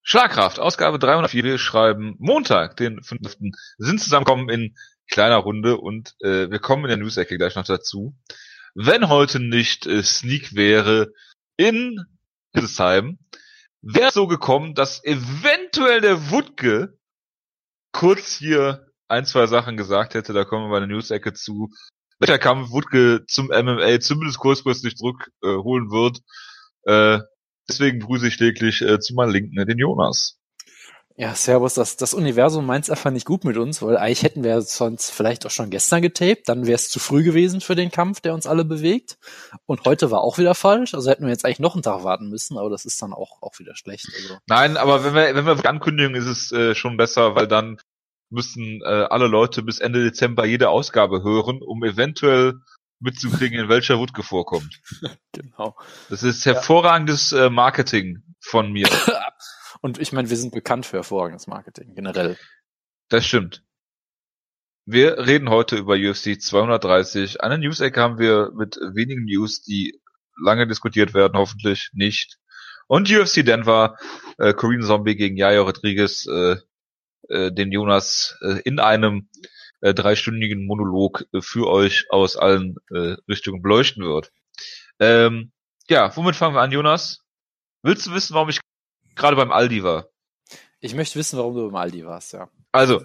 Schlagkraft, Ausgabe 304. Wir schreiben Montag, den 5. Sind zusammengekommen in kleiner Runde und wir kommen in der News-Ecke gleich noch dazu. Wenn heute nicht Sneak wäre in Hildesheim, wäre es so gekommen, dass eventuell der Wutke kurz hier ein, zwei Sachen gesagt hätte. Da kommen wir bei der News-Ecke zu. Welcher Kampf Wutke zum MMA zumindest kurzfristig zurückholen wird. Deswegen grüße ich täglich zu meinem Linken den Jonas. Ja, servus, das Universum meint's einfach nicht gut mit uns, weil eigentlich hätten wir sonst vielleicht auch schon gestern getaped, dann wäre es zu früh gewesen für den Kampf, der uns alle bewegt. Und heute war auch wieder falsch, also hätten wir jetzt eigentlich noch einen Tag warten müssen, aber das ist dann auch wieder schlecht. Also. Nein, aber wenn wir ankündigen, ist es schon besser, weil dann müssen alle Leute bis Ende Dezember jede Ausgabe hören, um eventuell mitzukriegen, in welcher Wutke vorkommt. Genau. Das ist hervorragendes Marketing von mir. Und ich meine, wir sind bekannt für hervorragendes Marketing, generell. Das stimmt. Wir reden heute über UFC 230. Eine News-Ecke haben wir mit wenigen News, die lange diskutiert werden, hoffentlich nicht. Und UFC Denver, Korean Zombie gegen Yair Rodriguez, den Jonas in einem 3-stündigen Monolog für euch aus allen Richtungen beleuchten wird. Womit fangen wir an, Jonas? Willst du wissen, warum ich gerade beim Aldi war? Ich möchte wissen, warum du beim Aldi warst, ja. Also,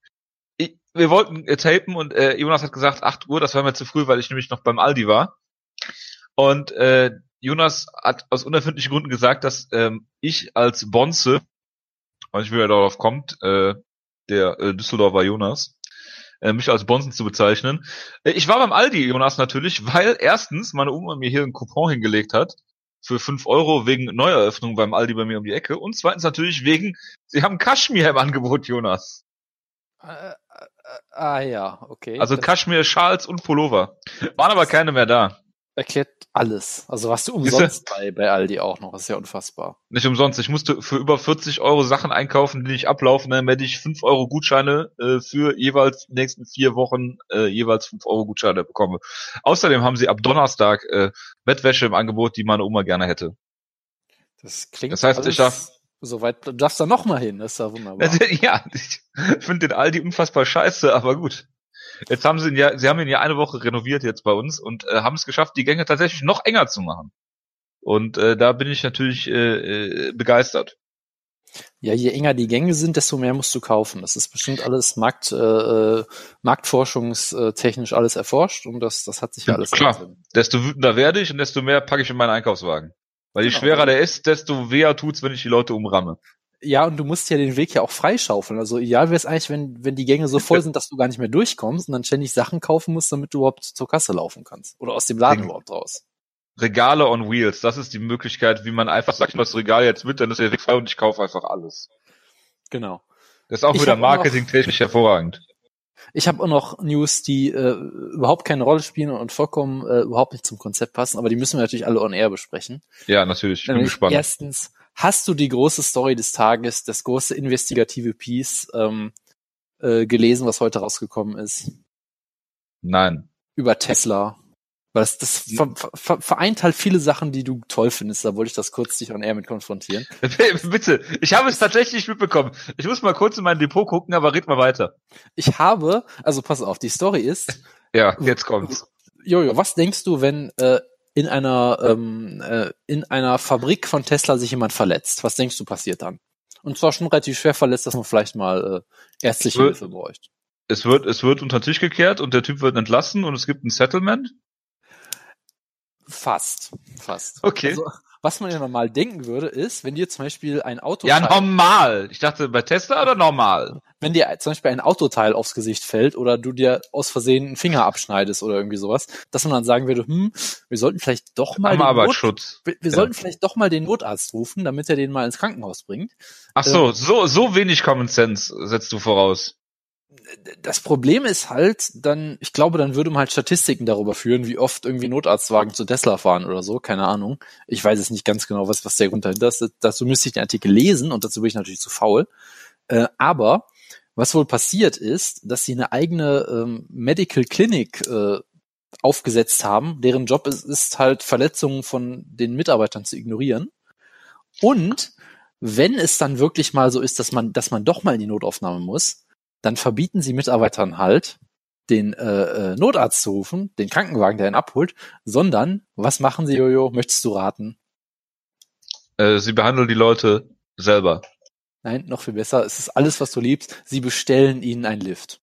wir wollten tapen und Jonas hat gesagt 8 Uhr, das war mir zu früh, weil ich nämlich noch beim Aldi war. Und Jonas hat aus unerfindlichen Gründen gesagt, dass ich als Bonze, und ich will ja darauf kommt, der Düsseldorfer Jonas, mich als Bonzen zu bezeichnen. Ich war beim Aldi, Jonas, natürlich, weil erstens meine Oma mir hier einen Coupon hingelegt hat für 5 € wegen Neueröffnung beim Aldi bei mir um die Ecke und zweitens natürlich sie haben Kaschmir im Angebot, Jonas. Ja, okay. Also Kaschmir, Schals und Pullover. Waren aber keine mehr da. Erklärt alles. Also warst du umsonst bei Aldi auch noch. Das ist ja unfassbar. Nicht umsonst. Ich musste für über 40 € Sachen einkaufen, die nicht ablaufen. Dann hätte ich 5 € Gutscheine für jeweils die nächsten 4 Wochen jeweils 5 € Gutscheine bekomme. Außerdem haben sie ab Donnerstag Bettwäsche im Angebot, die meine Oma gerne hätte. Das klingt das heißt, alles ich darf soweit, du darfst da noch mal hin. Das ist ja wunderbar. Ja, ich finde den Aldi unfassbar scheiße, aber gut. Jetzt haben sie ihn ja eine Woche renoviert jetzt bei uns und haben es geschafft, die Gänge tatsächlich noch enger zu machen. Und da bin ich natürlich begeistert. Ja, je enger die Gänge sind, desto mehr musst du kaufen. Das ist bestimmt alles marktforschungstechnisch alles erforscht und das hat sich ja alles klar. Desto wütender werde ich und desto mehr packe ich in meinen Einkaufswagen. Weil je schwerer der ist, desto weher tut's, wenn ich die Leute umramme. Ja, und du musst ja den Weg ja auch freischaufeln. Also ideal wäre es eigentlich, wenn die Gänge so voll sind, dass du gar nicht mehr durchkommst und dann ständig Sachen kaufen musst, damit du überhaupt zur Kasse laufen kannst. Oder aus dem Laden überhaupt raus. Regale on Wheels, das ist die Möglichkeit, wie man einfach sagt, das Regal jetzt mit, dann ist der Weg frei und ich kaufe einfach alles. Genau. Das ist auch wieder marketingtechnisch hervorragend. Ich habe auch noch News, die überhaupt keine Rolle spielen und vollkommen überhaupt nicht zum Konzept passen, aber die müssen wir natürlich alle on air besprechen. Ja, natürlich, ich bin gespannt. Erstens, hast du die große Story des Tages, das große investigative Piece gelesen, was heute rausgekommen ist? Nein. Über Tesla. Weil das vereint halt viele Sachen, die du toll findest. Da wollte ich das kurz dich on air mit konfrontieren. Bitte, ich habe es tatsächlich mitbekommen. Ich muss mal kurz in mein Depot gucken, aber red mal weiter. Also pass auf, die Story ist... Ja, jetzt kommt's. Jojo, was denkst du, wenn in einer Fabrik von Tesla sich jemand verletzt? Was denkst du passiert dann? Und zwar schon relativ schwer verletzt, dass man vielleicht mal ärztliche Hilfe bräuchte. Es wird unter den Tisch gekehrt und der Typ wird entlassen und es gibt ein Settlement? Fast. Okay. Also, was man ja normal denken würde, ist, wenn dir zum Beispiel ein Autoteil... Ja, normal. Ich dachte, bei Tesla oder normal? Wenn dir zum Beispiel ein Autoteil aufs Gesicht fällt oder du dir aus Versehen einen Finger abschneidest oder irgendwie sowas, dass man dann sagen würde, wir sollten vielleicht doch mal sollten vielleicht doch mal den Notarzt rufen, damit er den mal ins Krankenhaus bringt. Ach so, so wenig Common Sense setzt du voraus. Das Problem ist halt, ich glaube, dann würde man halt Statistiken darüber führen, wie oft irgendwie Notarztwagen zu Tesla fahren oder so, keine Ahnung. Ich weiß es nicht ganz genau, was der Grund dahinter ist. Dazu müsste ich den Artikel lesen und dazu bin ich natürlich zu faul. Aber was wohl passiert ist, dass sie eine eigene Medical Clinic aufgesetzt haben, deren Job ist halt, Verletzungen von den Mitarbeitern zu ignorieren. Und Wenn es dann wirklich mal so ist, dass man doch mal in die Notaufnahme muss, dann verbieten sie Mitarbeitern halt, den Notarzt zu rufen, den Krankenwagen, der ihn abholt, sondern, was machen sie, Jojo? Möchtest du raten? Sie behandeln die Leute selber. Nein, noch viel besser. Es ist alles, was du liebst. Sie bestellen ihnen einen Lift.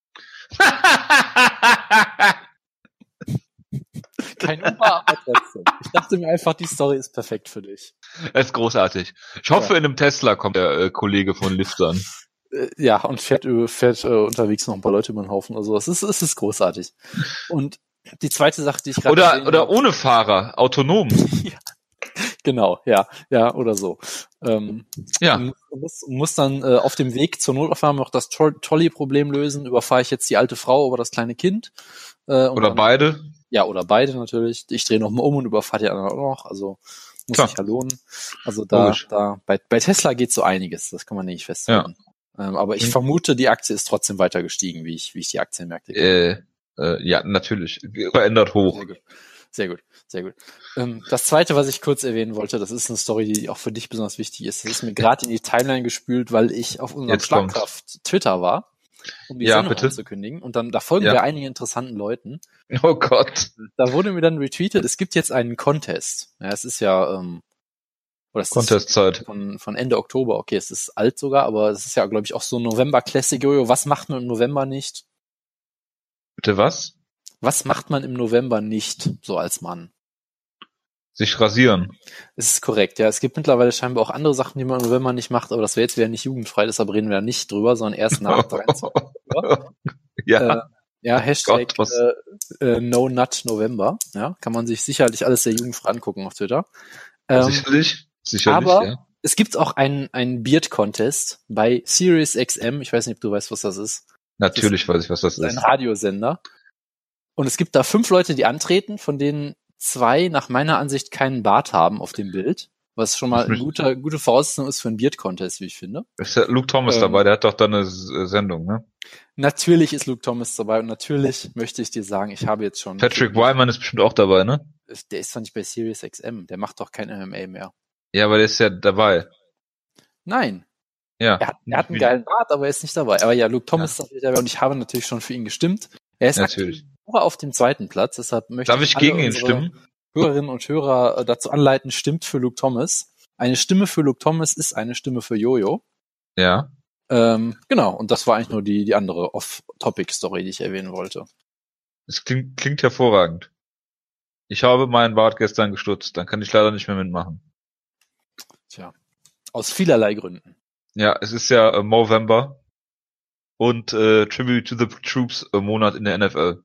Kein Uber, aber trotzdem. Ich dachte mir einfach, die Story ist perfekt für dich. Das ist großartig. Ich hoffe, in einem Tesla kommt der Kollege von Lyft an. Ja, und fährt unterwegs noch ein paar Leute über den Haufen oder sowas. Es ist großartig. Und die zweite Sache, die ich gerade oder ohne Fahrer, autonom. Ja. Genau, ja, oder so. Ja. Muss dann auf dem Weg zur Notaufnahme noch das Trolley-Problem lösen. Überfahre ich jetzt die alte Frau oder das kleine Kind? Oder dann, beide? Ja, oder beide natürlich. Ich drehe nochmal um und überfahre die anderen auch noch. Also muss sich ja lohnen. Also bei Tesla geht so einiges. Das kann man nicht festhalten. Ja. Aber ich vermute, die Aktie ist trotzdem weiter gestiegen, wie ich die Aktienmärkte kenne. Ja, natürlich. Verändert hoch. Sehr gut. Das zweite, was ich kurz erwähnen wollte, das ist eine Story, die auch für dich besonders wichtig ist. Das ist mir gerade in die Timeline gespült, weil ich auf unserem Schlagkraft Twitter war, um die Sendung anzukündigen. Und dann, da folgen wir einigen interessanten Leuten. Oh Gott. Da wurde mir dann retweetet, es gibt jetzt einen Contest. Ja, es ist ja, Contest-Zeit. Von Ende Oktober. Okay, es ist alt sogar, aber es ist ja, glaube ich, auch so ein November-Classic. Jojo, was macht man im November nicht? Bitte was? Was macht man im November nicht, so als Mann? Sich rasieren. Das ist korrekt, ja. Es gibt mittlerweile scheinbar auch andere Sachen, die man im November nicht macht, aber das wäre jetzt wieder nicht jugendfrei, deshalb reden wir da nicht drüber, sondern erst nach 23. Ja. Hashtag No Nut November. Ja, kann man sich sicherlich alles sehr jugendfrei angucken auf Twitter. Sicherlich, aber ja. Es gibt auch einen Beard-Contest bei Sirius XM. Ich weiß nicht, ob du weißt, was das ist. Natürlich weiß ich, was das ist. Ein Radiosender. Und es gibt da 5 Leute, die antreten, von denen 2 nach meiner Ansicht keinen Bart haben auf dem Bild, was schon mal eine gute Voraussetzung ist für einen Beard-Contest, wie ich finde. Ist ja Luke Thomas dabei, der hat doch da eine Sendung, ne? Natürlich ist Luke Thomas dabei und natürlich möchte ich dir sagen, ich habe jetzt schon... Patrick Wyman ist bestimmt auch dabei, ne? Der ist doch nicht bei Sirius XM, der macht doch kein MMA mehr. Ja, aber der ist ja dabei. Nein. Ja. Er hat einen geilen Bart, aber er ist nicht dabei. Aber ja, Luke Thomas ist natürlich dabei und ich habe natürlich schon für ihn gestimmt. Er ist natürlich nur auf dem 2. Platz, deshalb möchte Darf ich gegen ihn stimmen? Hörerinnen und Hörer dazu anleiten, stimmt für Luke Thomas. Eine Stimme für Luke Thomas ist eine Stimme für Jojo. Ja. Genau, und das war eigentlich nur die andere Off-Topic-Story, die ich erwähnen wollte. Es klingt hervorragend. Ich habe meinen Bart gestern gestutzt, dann kann ich leider nicht mehr mitmachen. Tja, aus vielerlei Gründen. Ja, es ist ja Movember und Tribute to the Troops Monat in der NFL.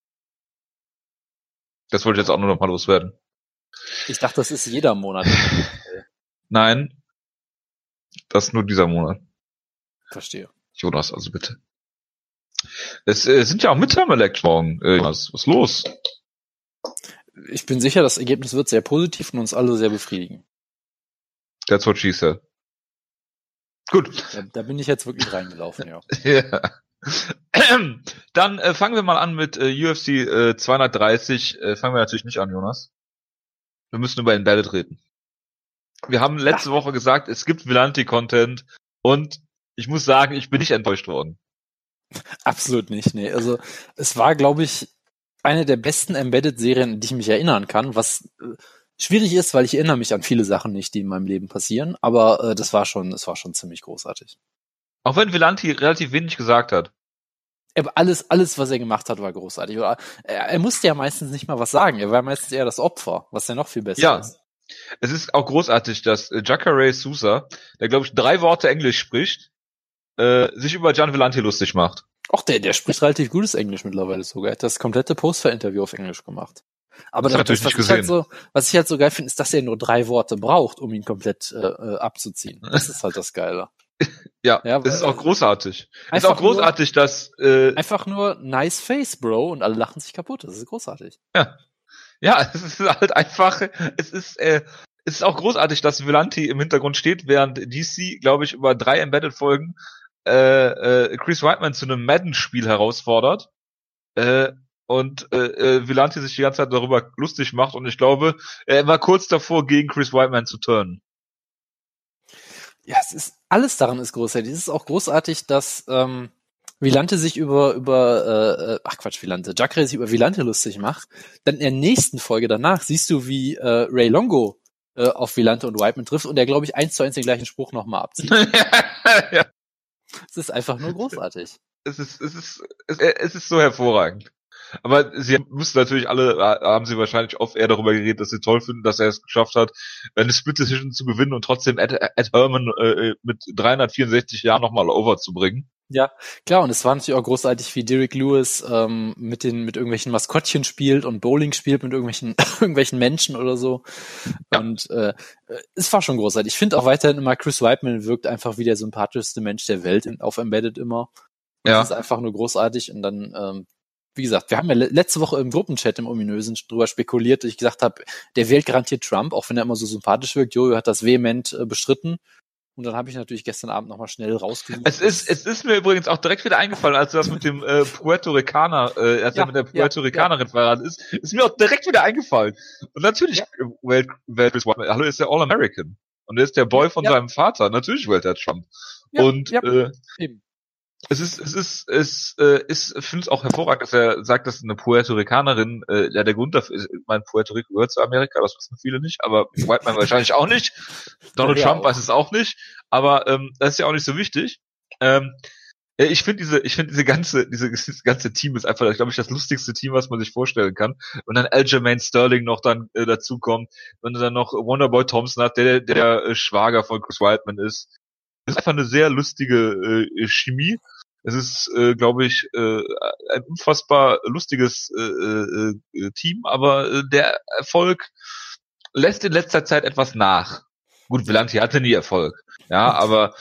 Das wollte ich jetzt auch nur noch mal loswerden. Ich dachte, das ist jeder Monat. Nein, das ist nur dieser Monat. Verstehe. Jonas, also bitte. Es sind ja auch Midterm-Elections morgen. Was ist los? Ich bin sicher, das Ergebnis wird sehr positiv und uns alle sehr befriedigen. That's what she said. Gut. Da bin ich jetzt wirklich reingelaufen, ja. Ja. Dann fangen wir mal an mit UFC 230. Fangen wir natürlich nicht an, Jonas. Wir müssen über Embedded reden. Wir haben letzte Woche gesagt, es gibt Villanti-Content und ich muss sagen, ich bin nicht enttäuscht worden. Absolut nicht, nee. Also es war, glaube ich, eine der besten Embedded-Serien, an die ich mich erinnern kann, was schwierig ist, weil ich erinnere mich an viele Sachen nicht, die in meinem Leben passieren, aber es war schon ziemlich großartig. Auch wenn Villanti relativ wenig gesagt hat. Aber alles, was er gemacht hat, war großartig. Er musste ja meistens nicht mal was sagen, er war meistens eher das Opfer, was ja noch viel besser ist. Es ist auch großartig, dass Jacare Sousa, der glaube ich 3 Worte Englisch spricht, sich über Gian Villanti lustig macht. Och, der spricht relativ gutes Englisch mittlerweile sogar. Er hat das komplette Post-Fair-Interview auf Englisch gemacht. Aber das was ich halt so geil finde, ist, dass er nur 3 Worte braucht, um ihn komplett abzuziehen. Das ist halt das Geile. Ja, das ist auch großartig. Es ist auch großartig, dass einfach nur nice face, Bro, und alle lachen sich kaputt. Das ist großartig. Ja, es ist halt einfach, es ist auch großartig, dass Villanti im Hintergrund steht, während DC, glaube ich, über 3 Embedded-Folgen Chris Weidman zu einem Madden-Spiel herausfordert und Villanti sich die ganze Zeit darüber lustig macht und ich glaube, er war kurz davor, gegen Chris Weidman zu turnen. Ja, alles daran ist großartig. Es ist auch großartig, dass Villante sich Jacare sich über Villante lustig macht. Dann in der nächsten Folge danach siehst du, wie Ray Longo auf Villante und Whiteman trifft und der, glaube ich, 1:1 den gleichen Spruch nochmal abzieht. Ja. Es ist einfach nur großartig. Es ist so hervorragend. Aber sie müssen natürlich haben sie wahrscheinlich oft eher darüber geredet, dass sie toll finden, dass er es geschafft hat, eine Split Decision zu gewinnen und trotzdem Ed Herman mit 364 Jahren nochmal overzubringen. Ja, klar, und es war natürlich auch großartig, wie Derek Lewis mit irgendwelchen Maskottchen spielt und Bowling spielt mit irgendwelchen Menschen oder so. Ja. Und es war schon großartig. Ich finde auch weiterhin immer, Chris Weidman wirkt einfach wie der sympathischste Mensch der Welt auf Embedded immer. Und das ist einfach nur großartig. Und dann, wie gesagt, wir haben ja letzte Woche im Gruppenchat im Ominösen drüber spekuliert, dass ich gesagt habe, der wählt garantiert Trump, auch wenn er immer so sympathisch wirkt. Jojo hat das vehement bestritten. Und dann habe ich natürlich gestern Abend nochmal schnell rausgesucht. Es ist mir übrigens auch direkt wieder eingefallen, als du das mit dem Puerto Ricaner, als er mit der Puerto Ricanerin verheiratet ist mir auch direkt wieder eingefallen. Und natürlich wählt Chris Weidman, hallo, ist der All-American. Und er ist der Boy von seinem Vater. Natürlich wählt er Trump. Und eben. Ich finde es auch hervorragend, dass er sagt, dass eine Puerto Ricanerin, der Grund dafür ist, ich meine, Puerto Rico gehört zu Amerika, das wissen viele nicht, aber Whiteman wahrscheinlich auch nicht. Donald Trump weiß es auch nicht, aber das ist ja auch nicht so wichtig. Ich finde dieses ganze Team ist einfach, glaube ich, das lustigste Team, was man sich vorstellen kann. Und dann Aljamain Sterling noch dann dazu kommt, wenn du dann noch Wonderboy Thompson hat, der Schwager von Chris Weidman ist. Das ist einfach eine sehr lustige Chemie. Es ist, glaube ich, ein unfassbar lustiges Team, aber der Erfolg lässt in letzter Zeit etwas nach. Gut, Villante hatte nie Erfolg, ja, aber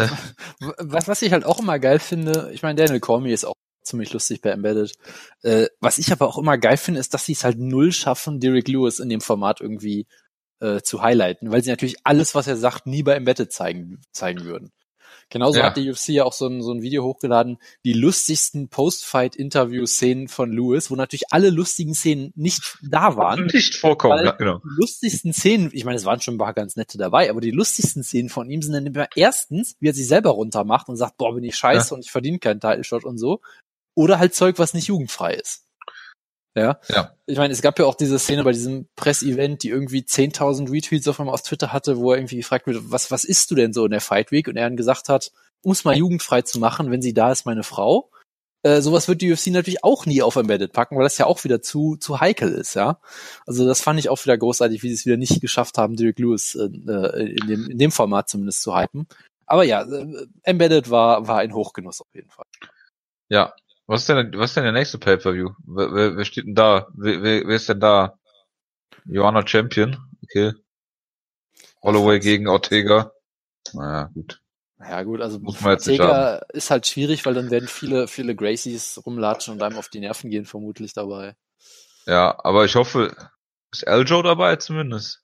was ich halt auch immer geil finde, ich meine, Daniel Cormier ist auch ziemlich lustig bei Embedded. Was ich aber auch immer geil finde, ist, dass sie es halt null schaffen, Derek Lewis in dem Format irgendwie zu highlighten, weil sie natürlich alles, was er sagt, nie bei Embedded zeigen würden. Genauso hat die UFC ja auch so ein Video hochgeladen, die lustigsten Post-Fight-Interview-Szenen von Lewis, wo natürlich alle lustigen Szenen nicht da waren. Nicht vorkommen, ja, genau. Die lustigsten Szenen, ich meine, es waren schon ein paar ganz nette dabei, aber die lustigsten Szenen von ihm sind dann immer erstens, wie er sich selber runtermacht und sagt, boah, bin ich scheiße und ich verdiene keinen Title-Shot und so. Oder halt Zeug, was nicht jugendfrei ist. Ja. Ich meine, es gab ja auch diese Szene bei diesem Press-Event, die irgendwie 10.000 Retweets auf einmal auf Twitter hatte, wo er irgendwie gefragt wird, was isst du denn so in der Fight Week? Und er dann gesagt hat, um es mal jugendfrei zu machen, wenn sie da ist, meine Frau. Sowas wird die UFC natürlich auch nie auf Embedded packen, weil das ja auch wieder zu heikel ist, ja. Also das fand ich auch wieder großartig, wie sie es wieder nicht geschafft haben, Derek Lewis in dem Format zumindest zu hypen. Aber ja, Embedded war ein Hochgenuss auf jeden Fall. Ja. Was ist denn der nächste Pay-Per-View? Wer steht denn da? Wer ist denn da? Joanna Champion? Okay. Holloway gegen Ortega? Naja, gut. Ja gut, also muss man jetzt Ortega ist halt schwierig, weil dann werden viele Gracies rumlatschen und einem auf die Nerven gehen vermutlich dabei. Ja, aber ich hoffe, ist Eljo dabei zumindest?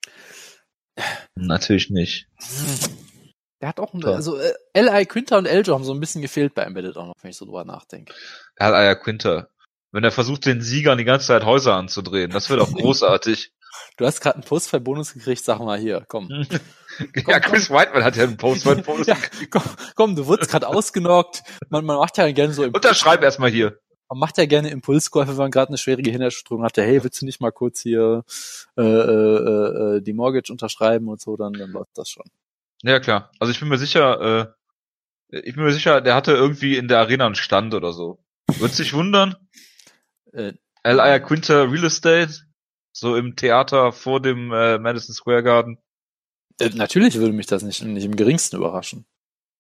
Natürlich nicht. Der hat auch, also L.I. Quinter und Eljo haben so ein bisschen gefehlt bei Embedded auch noch, wenn ich so drüber nachdenke. L.I. Quinter. Wenn er versucht, den Siegern die ganze Zeit Häuser anzudrehen, das wird auch großartig. Du hast gerade einen Post-Fight-Bonus gekriegt, sag mal hier, komm. Ja, Chris Weidman hat ja einen Post-Fight-Bonus gekriegt. Komm, du wurdest gerade ausgenockt. Man macht ja gerne so Unterschreib erstmal hier. Man macht ja gerne Impulskäufe, wenn man gerade eine schwere Gehirnerschütterung hatte. Hey, willst du nicht mal kurz hier die Mortgage unterschreiben und so, dann läuft das schon. Ja, klar. Also ich bin mir sicher, der hatte irgendwie in der Arena einen Stand oder so. Würdest dich wundern? L.I. Quinter Real Estate, so im Theater vor dem Madison Square Garden. Natürlich würde mich das nicht im geringsten überraschen.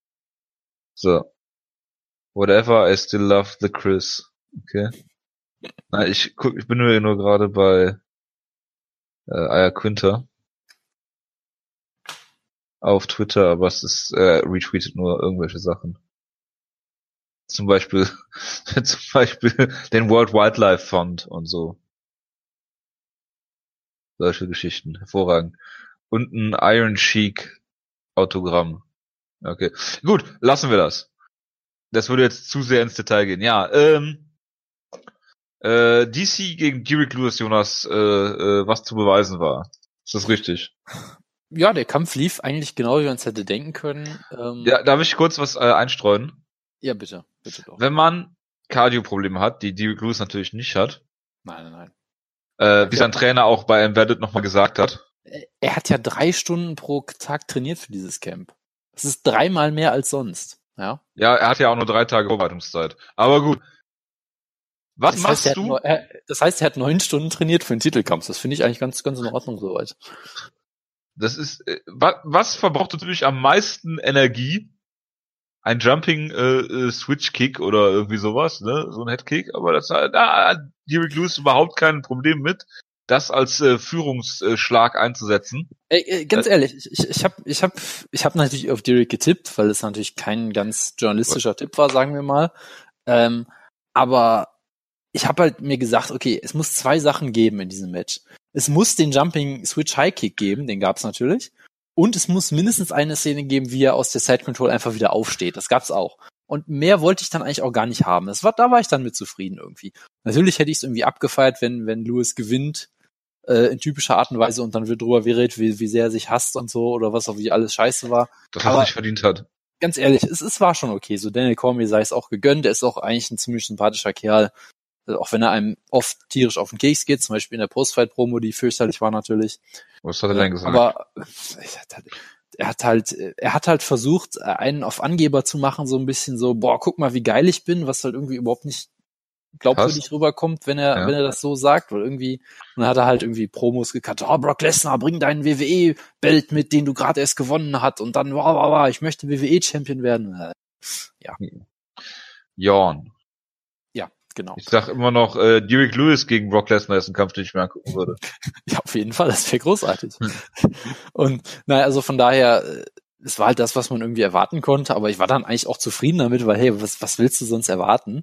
So. Whatever, I still love the Chris. Okay. Na, ich bin nur gerade bei Aya Quinter auf Twitter, aber es ist retweetet nur irgendwelche Sachen. Zum Beispiel den World Wildlife Fund und so. Solche Geschichten. Hervorragend. Und ein Iron Sheik Autogramm. Okay. Gut, lassen wir das. Das würde jetzt zu sehr ins Detail gehen. Ja, DC gegen Derek Lewis, Jonas, was zu beweisen war. Ist das richtig? Ja, der Kampf lief eigentlich genau, wie man es hätte denken können. Ja, darf ich kurz was einstreuen? Ja, bitte doch. Wenn man Cardio-Probleme hat, die Derrick Lewis natürlich nicht hat, Nein. wie sein Trainer auch bei Embedded nochmal gesagt hat. Er hat ja 3 Stunden pro Tag trainiert für dieses Camp. Das ist 3-mal mehr als sonst. Ja. Ja, er hat ja auch nur 3 Tage Vorbereitungszeit. Aber gut. Was Das machst heißt, du? das heißt, er hat 9 Stunden trainiert für den Titelkampf. Das finde ich eigentlich ganz in Ordnung soweit. Das ist, was verbraucht natürlich am meisten Energie? Ein Jumping Switch Kick oder irgendwie sowas, ne? So ein Head Kick, aber da hat Derrick Lewis überhaupt kein Problem mit, das als Führungsschlag einzusetzen. Ganz ehrlich, ich hab natürlich auf Derrick getippt, weil es natürlich kein ganz journalistischer Tipp war, sagen wir mal. Aber ich habe halt mir gesagt, okay, es muss 2 Sachen geben in diesem Match. Es muss den Jumping Switch High Kick geben, den gab's natürlich. Und es muss mindestens eine Szene geben, wie er aus der Side Control einfach wieder aufsteht. Das gab's auch. Und mehr wollte ich dann eigentlich auch gar nicht haben. Da war ich dann mit zufrieden irgendwie. Natürlich hätte ich es irgendwie abgefeiert, wenn Lewis gewinnt, in typischer Art und Weise und dann wird drüber geredet, wie sehr er sich hasst und so oder was auch wie alles scheiße war. Das was er nicht verdient hat. Ganz ehrlich, es war schon okay. So Daniel Cormier sei es auch gegönnt. Er ist auch eigentlich ein ziemlich sympathischer Kerl. Auch wenn er einem oft tierisch auf den Keks geht, zum Beispiel in der Post-Fight-Promo, die fürchterlich war natürlich. Was hat er denn gesagt? Aber er hat halt versucht, einen auf Angeber zu machen, so ein bisschen so, boah, guck mal, wie geil ich bin, was halt irgendwie überhaupt nicht glaubwürdig rüberkommt, wenn er das so sagt, weil irgendwie, und dann hat er halt irgendwie Promos gekattet, oh, Brock Lesnar, bring deinen WWE-Belt mit, den du gerade erst gewonnen hast, und dann, wow, ich möchte WWE-Champion werden. Ja. Yawn. Ja, genau. Ich sag immer noch, Derrick Lewis gegen Brock Lesnar ist ein Kampf, den ich mir angucken würde. Ja, auf jeden Fall, das wäre großartig. Und, naja, also von daher, es war halt das, was man irgendwie erwarten konnte, aber ich war dann eigentlich auch zufrieden damit, weil, hey, was willst du sonst erwarten?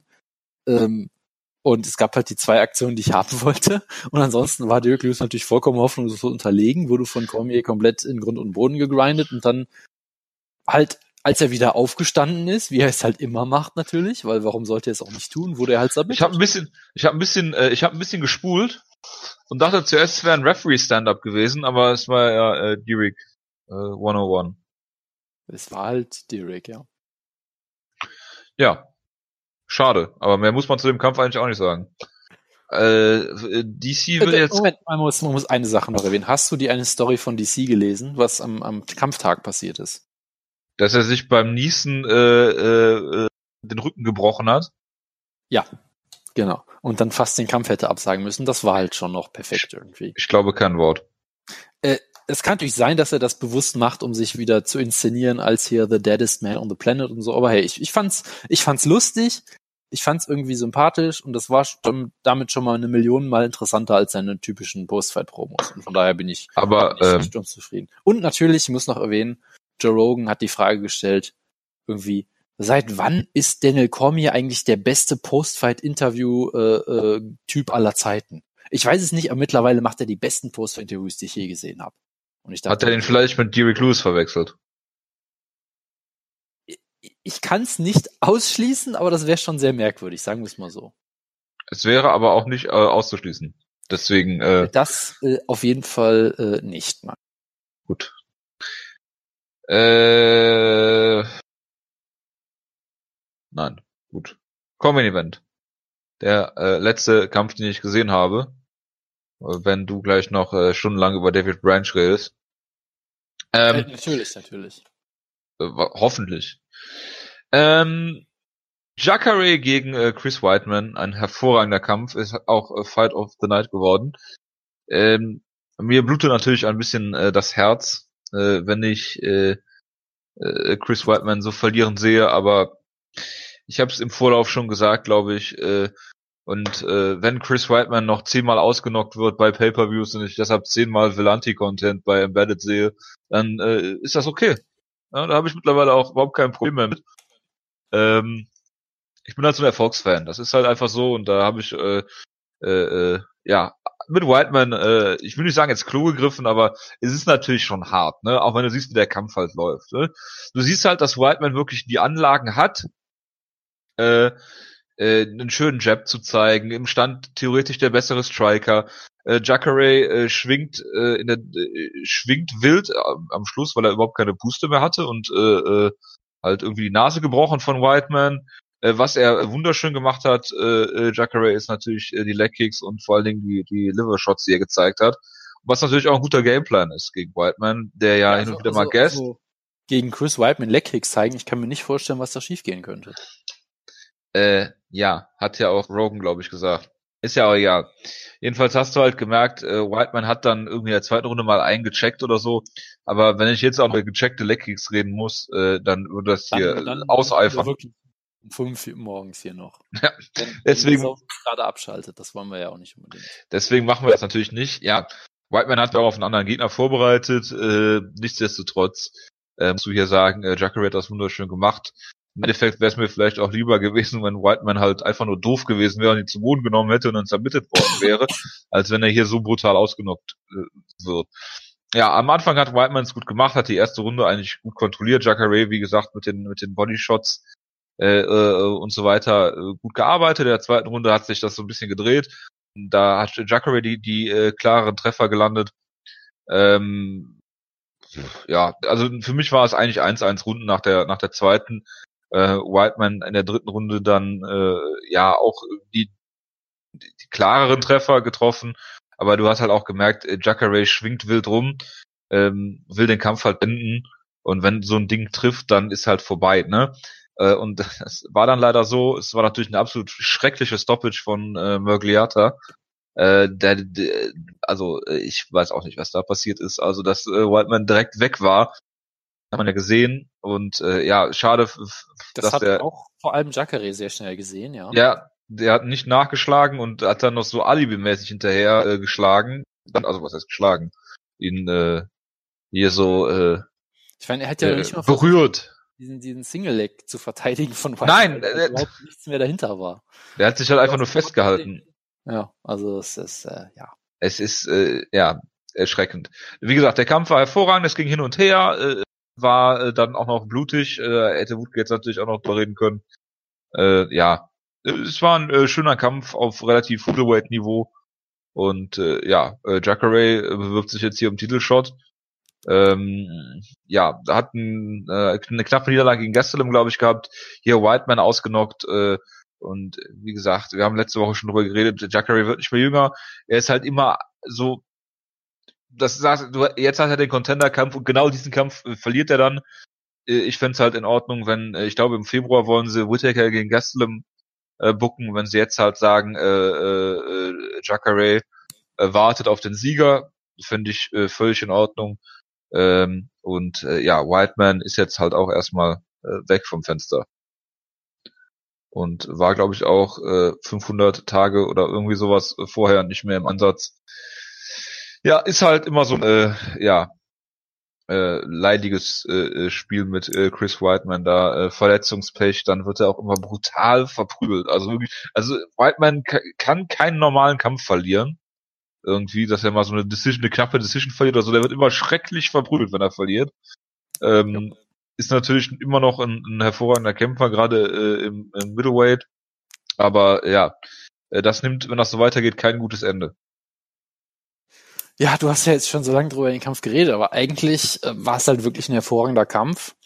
Und es gab halt die 2 Aktionen, die ich haben wollte. Und ansonsten war Derrick Lewis natürlich vollkommen hoffnungslos unterlegen, wurde von Cormier komplett in Grund und Boden gegrindet und dann halt, als er wieder aufgestanden ist, wie er es halt immer macht natürlich, weil warum sollte er es auch nicht tun, wurde er halt submitted. Ich habe ein bisschen gespult und dachte zuerst, es wäre ein Referee-Stand-Up gewesen, aber es war ja Derrick 101. Es war halt Derrick, ja. Ja. Schade, aber mehr muss man zu dem Kampf eigentlich auch nicht sagen. DC will jetzt... Moment, man muss eine Sache noch erwähnen. Hast du die eine Story von DC gelesen, was am Kampftag passiert ist? Dass er sich beim Niesen den Rücken gebrochen hat? Ja, genau. Und dann fast den Kampf hätte absagen müssen. Das war halt schon noch perfekt irgendwie. Ich glaube kein Wort. Es kann natürlich sein, dass er das bewusst macht, um sich wieder zu inszenieren als hier the deadest man on the planet und so. Aber hey, ich fand's lustig. Ich fand's irgendwie sympathisch und das war damit schon mal 1 Million Mal interessanter als seine typischen Post-Fight-Promos. Und von daher bin ich nicht unzufrieden. Und natürlich, ich muss noch erwähnen, Joe Rogan hat die Frage gestellt, irgendwie, seit wann ist Daniel Cormier eigentlich der beste Post-Fight-Interview-Typ aller Zeiten? Ich weiß es nicht, aber mittlerweile macht er die besten Post-Fight-Interviews, die ich je gesehen habe. Und ich dachte, hat er den vielleicht mit Derrick Lewis verwechselt? Ich kann es nicht ausschließen, aber das wäre schon sehr merkwürdig, sagen wir es mal so. Es wäre aber auch nicht auszuschließen. Deswegen das auf jeden Fall nicht. Nein. Gut. Nein, gut. Common Event. Der letzte Kampf, den ich gesehen habe. Wenn du gleich noch stundenlang über David Branch redest. Natürlich. Hoffentlich. Jacare gegen Chris Weidman, ein hervorragender Kampf, ist auch Fight of the Night geworden. Mir blutet natürlich ein bisschen das Herz, wenn ich Chris Weidman so verlieren sehe, aber ich habe es im Vorlauf schon gesagt, glaube ich, und wenn Chris Weidman noch 10-mal ausgenockt wird bei Pay-Per-Views und ich deshalb 10-mal Vellanti-Content bei Embedded sehe, dann ist das okay. Ja, da habe ich mittlerweile auch überhaupt kein Problem mehr mit. Ich bin halt so ein Erfolgsfan. Das ist halt einfach so und da habe ich mit Weidman, ich will nicht sagen jetzt Klo gegriffen, aber es ist natürlich schon hart, ne? Auch wenn du siehst, wie der Kampf halt läuft. Ne? Du siehst halt, dass Weidman wirklich die Anlagen hat, einen schönen Jab zu zeigen, im Stand theoretisch der bessere Striker. Jacare schwingt schwingt wild am Schluss, weil er überhaupt keine Puste mehr hatte und halt irgendwie die Nase gebrochen von Whiteman. Was er wunderschön gemacht hat, Jacare, ist natürlich die Leg Kicks und vor allen Dingen die Liver Shots, die er gezeigt hat. Was natürlich auch ein guter Gameplan ist gegen Whiteman, der ja hin und wieder mal guest. Also gegen Chris Whiteman Leg Kicks zeigen, ich kann mir nicht vorstellen, was da schiefgehen könnte. Ja, hat ja auch Rogan, glaube ich, gesagt. Ist ja auch egal. Jedenfalls hast du halt gemerkt, Whiteman hat dann irgendwie in der zweiten Runde mal eingecheckt oder so. Aber wenn ich jetzt auch über gecheckte Leg-Kicks reden muss, dann würde das hier auseifern. Wirklich um 5 Uhr morgens hier noch. Ja, wenn deswegen gerade abschaltet, das wollen wir ja auch nicht unbedingt. Deswegen machen wir das natürlich nicht. Ja, Whiteman hat auch auf einen anderen Gegner vorbereitet. Nichtsdestotrotz musst du hier sagen, Jacare hat das wunderschön gemacht. Im Endeffekt wäre es mir vielleicht auch lieber gewesen, wenn Whiteman halt einfach nur doof gewesen wäre und ihn zu Boden genommen hätte und dann submitted worden wäre, als wenn er hier so brutal ausgenockt wird. Ja, am Anfang hat Whiteman es gut gemacht, hat die erste Runde eigentlich gut kontrolliert. Jacare, wie gesagt, mit den Bodyshots und so weiter gut gearbeitet. In der zweiten Runde hat sich das so ein bisschen gedreht. Da hat Jacare die klareren Treffer gelandet. Ja, also für mich war es eigentlich 1-1 Runden nach der zweiten. Whiteman in der dritten Runde dann ja auch die klareren Treffer getroffen, aber du hast halt auch gemerkt, Jacare schwingt wild rum, will den Kampf halt beenden und wenn so ein Ding trifft, dann ist halt vorbei, ne? Und es war dann leider so, es war natürlich eine absolut schreckliche Stoppage von Miragliotta. Also ich weiß auch nicht, was da passiert ist. Also dass Whiteman direkt weg war, hat man ja gesehen. Und ja, schade, das hat auch vor allem Jacare sehr schnell gesehen, ja. Ja, der hat nicht nachgeschlagen und hat dann noch so alibimäßig hinterher geschlagen. Also was heißt geschlagen? Ihn hier so ich meine, er hat ja nicht mal berührt. Diesen Single-Leg zu verteidigen von Whiteman, weil überhaupt nichts mehr dahinter war. Der hat sich halt einfach nur festgehalten. Ja, also es ist, ja. Es ist, ja, erschreckend. Wie gesagt, der Kampf war hervorragend, es ging hin und her, war dann auch noch blutig, hätte Wutke jetzt natürlich auch noch drüber reden können. Ja, es war ein schöner Kampf auf relativ Middleweight-Niveau und ja, Jacare bewirbt sich jetzt hier um Titelshot. Ja, hat eine knappe Niederlage gegen Gastelum, glaube ich, gehabt. Hier Whiteman ausgenockt. Und wie gesagt, wir haben letzte Woche schon drüber geredet, Jacare wird nicht mehr jünger. Er ist halt immer so, jetzt hat er den Contender-Kampf und genau diesen Kampf verliert er dann. Ich fände es halt in Ordnung, wenn, ich glaube im Februar wollen sie Whittaker gegen Gastelum booken, wenn sie jetzt halt sagen, Jacare wartet auf den Sieger, finde ich völlig in Ordnung. Und ja, Whiteman ist jetzt halt auch erstmal weg vom Fenster. Und war, glaube ich, auch 500 Tage oder irgendwie sowas vorher nicht mehr im Ansatz. Ja, ist halt immer so ein leidiges Spiel mit Chris Whiteman da, Verletzungspech, dann wird er auch immer brutal verprügelt. Also wirklich, also Whiteman kann keinen normalen Kampf verlieren. Irgendwie, dass er mal so eine knappe Decision verliert oder so, der wird immer schrecklich verprügelt, wenn er verliert. Ist natürlich immer noch ein hervorragender Kämpfer, gerade im Middleweight. Aber ja, das nimmt, wenn das so weitergeht, kein gutes Ende. Ja, du hast ja jetzt schon so lange drüber den Kampf geredet, aber eigentlich war es halt wirklich ein hervorragender Kampf.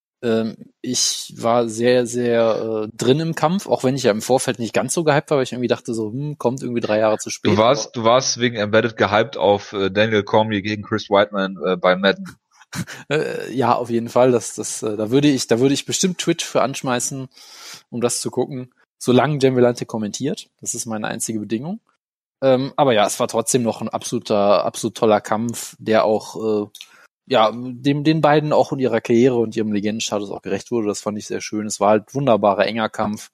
Ich war sehr, sehr drin im Kampf, auch wenn ich ja im Vorfeld nicht ganz so gehypt war, weil ich irgendwie dachte so, kommt irgendwie 3 Jahre zu spät. Du warst wegen Embedded gehypt auf Daniel Cormier gegen Chris Whiteman bei Madden. Ja, auf jeden Fall. Da würde ich bestimmt Twitch für anschmeißen, um das zu gucken, solange Gian Villante kommentiert. Das ist meine einzige Bedingung. Aber ja, es war trotzdem noch ein absolut toller Kampf, der auch den beiden auch in ihrer Karriere und ihrem Legendenstatus auch gerecht wurde. Das fand ich sehr schön. Es war halt wunderbarer, enger Kampf.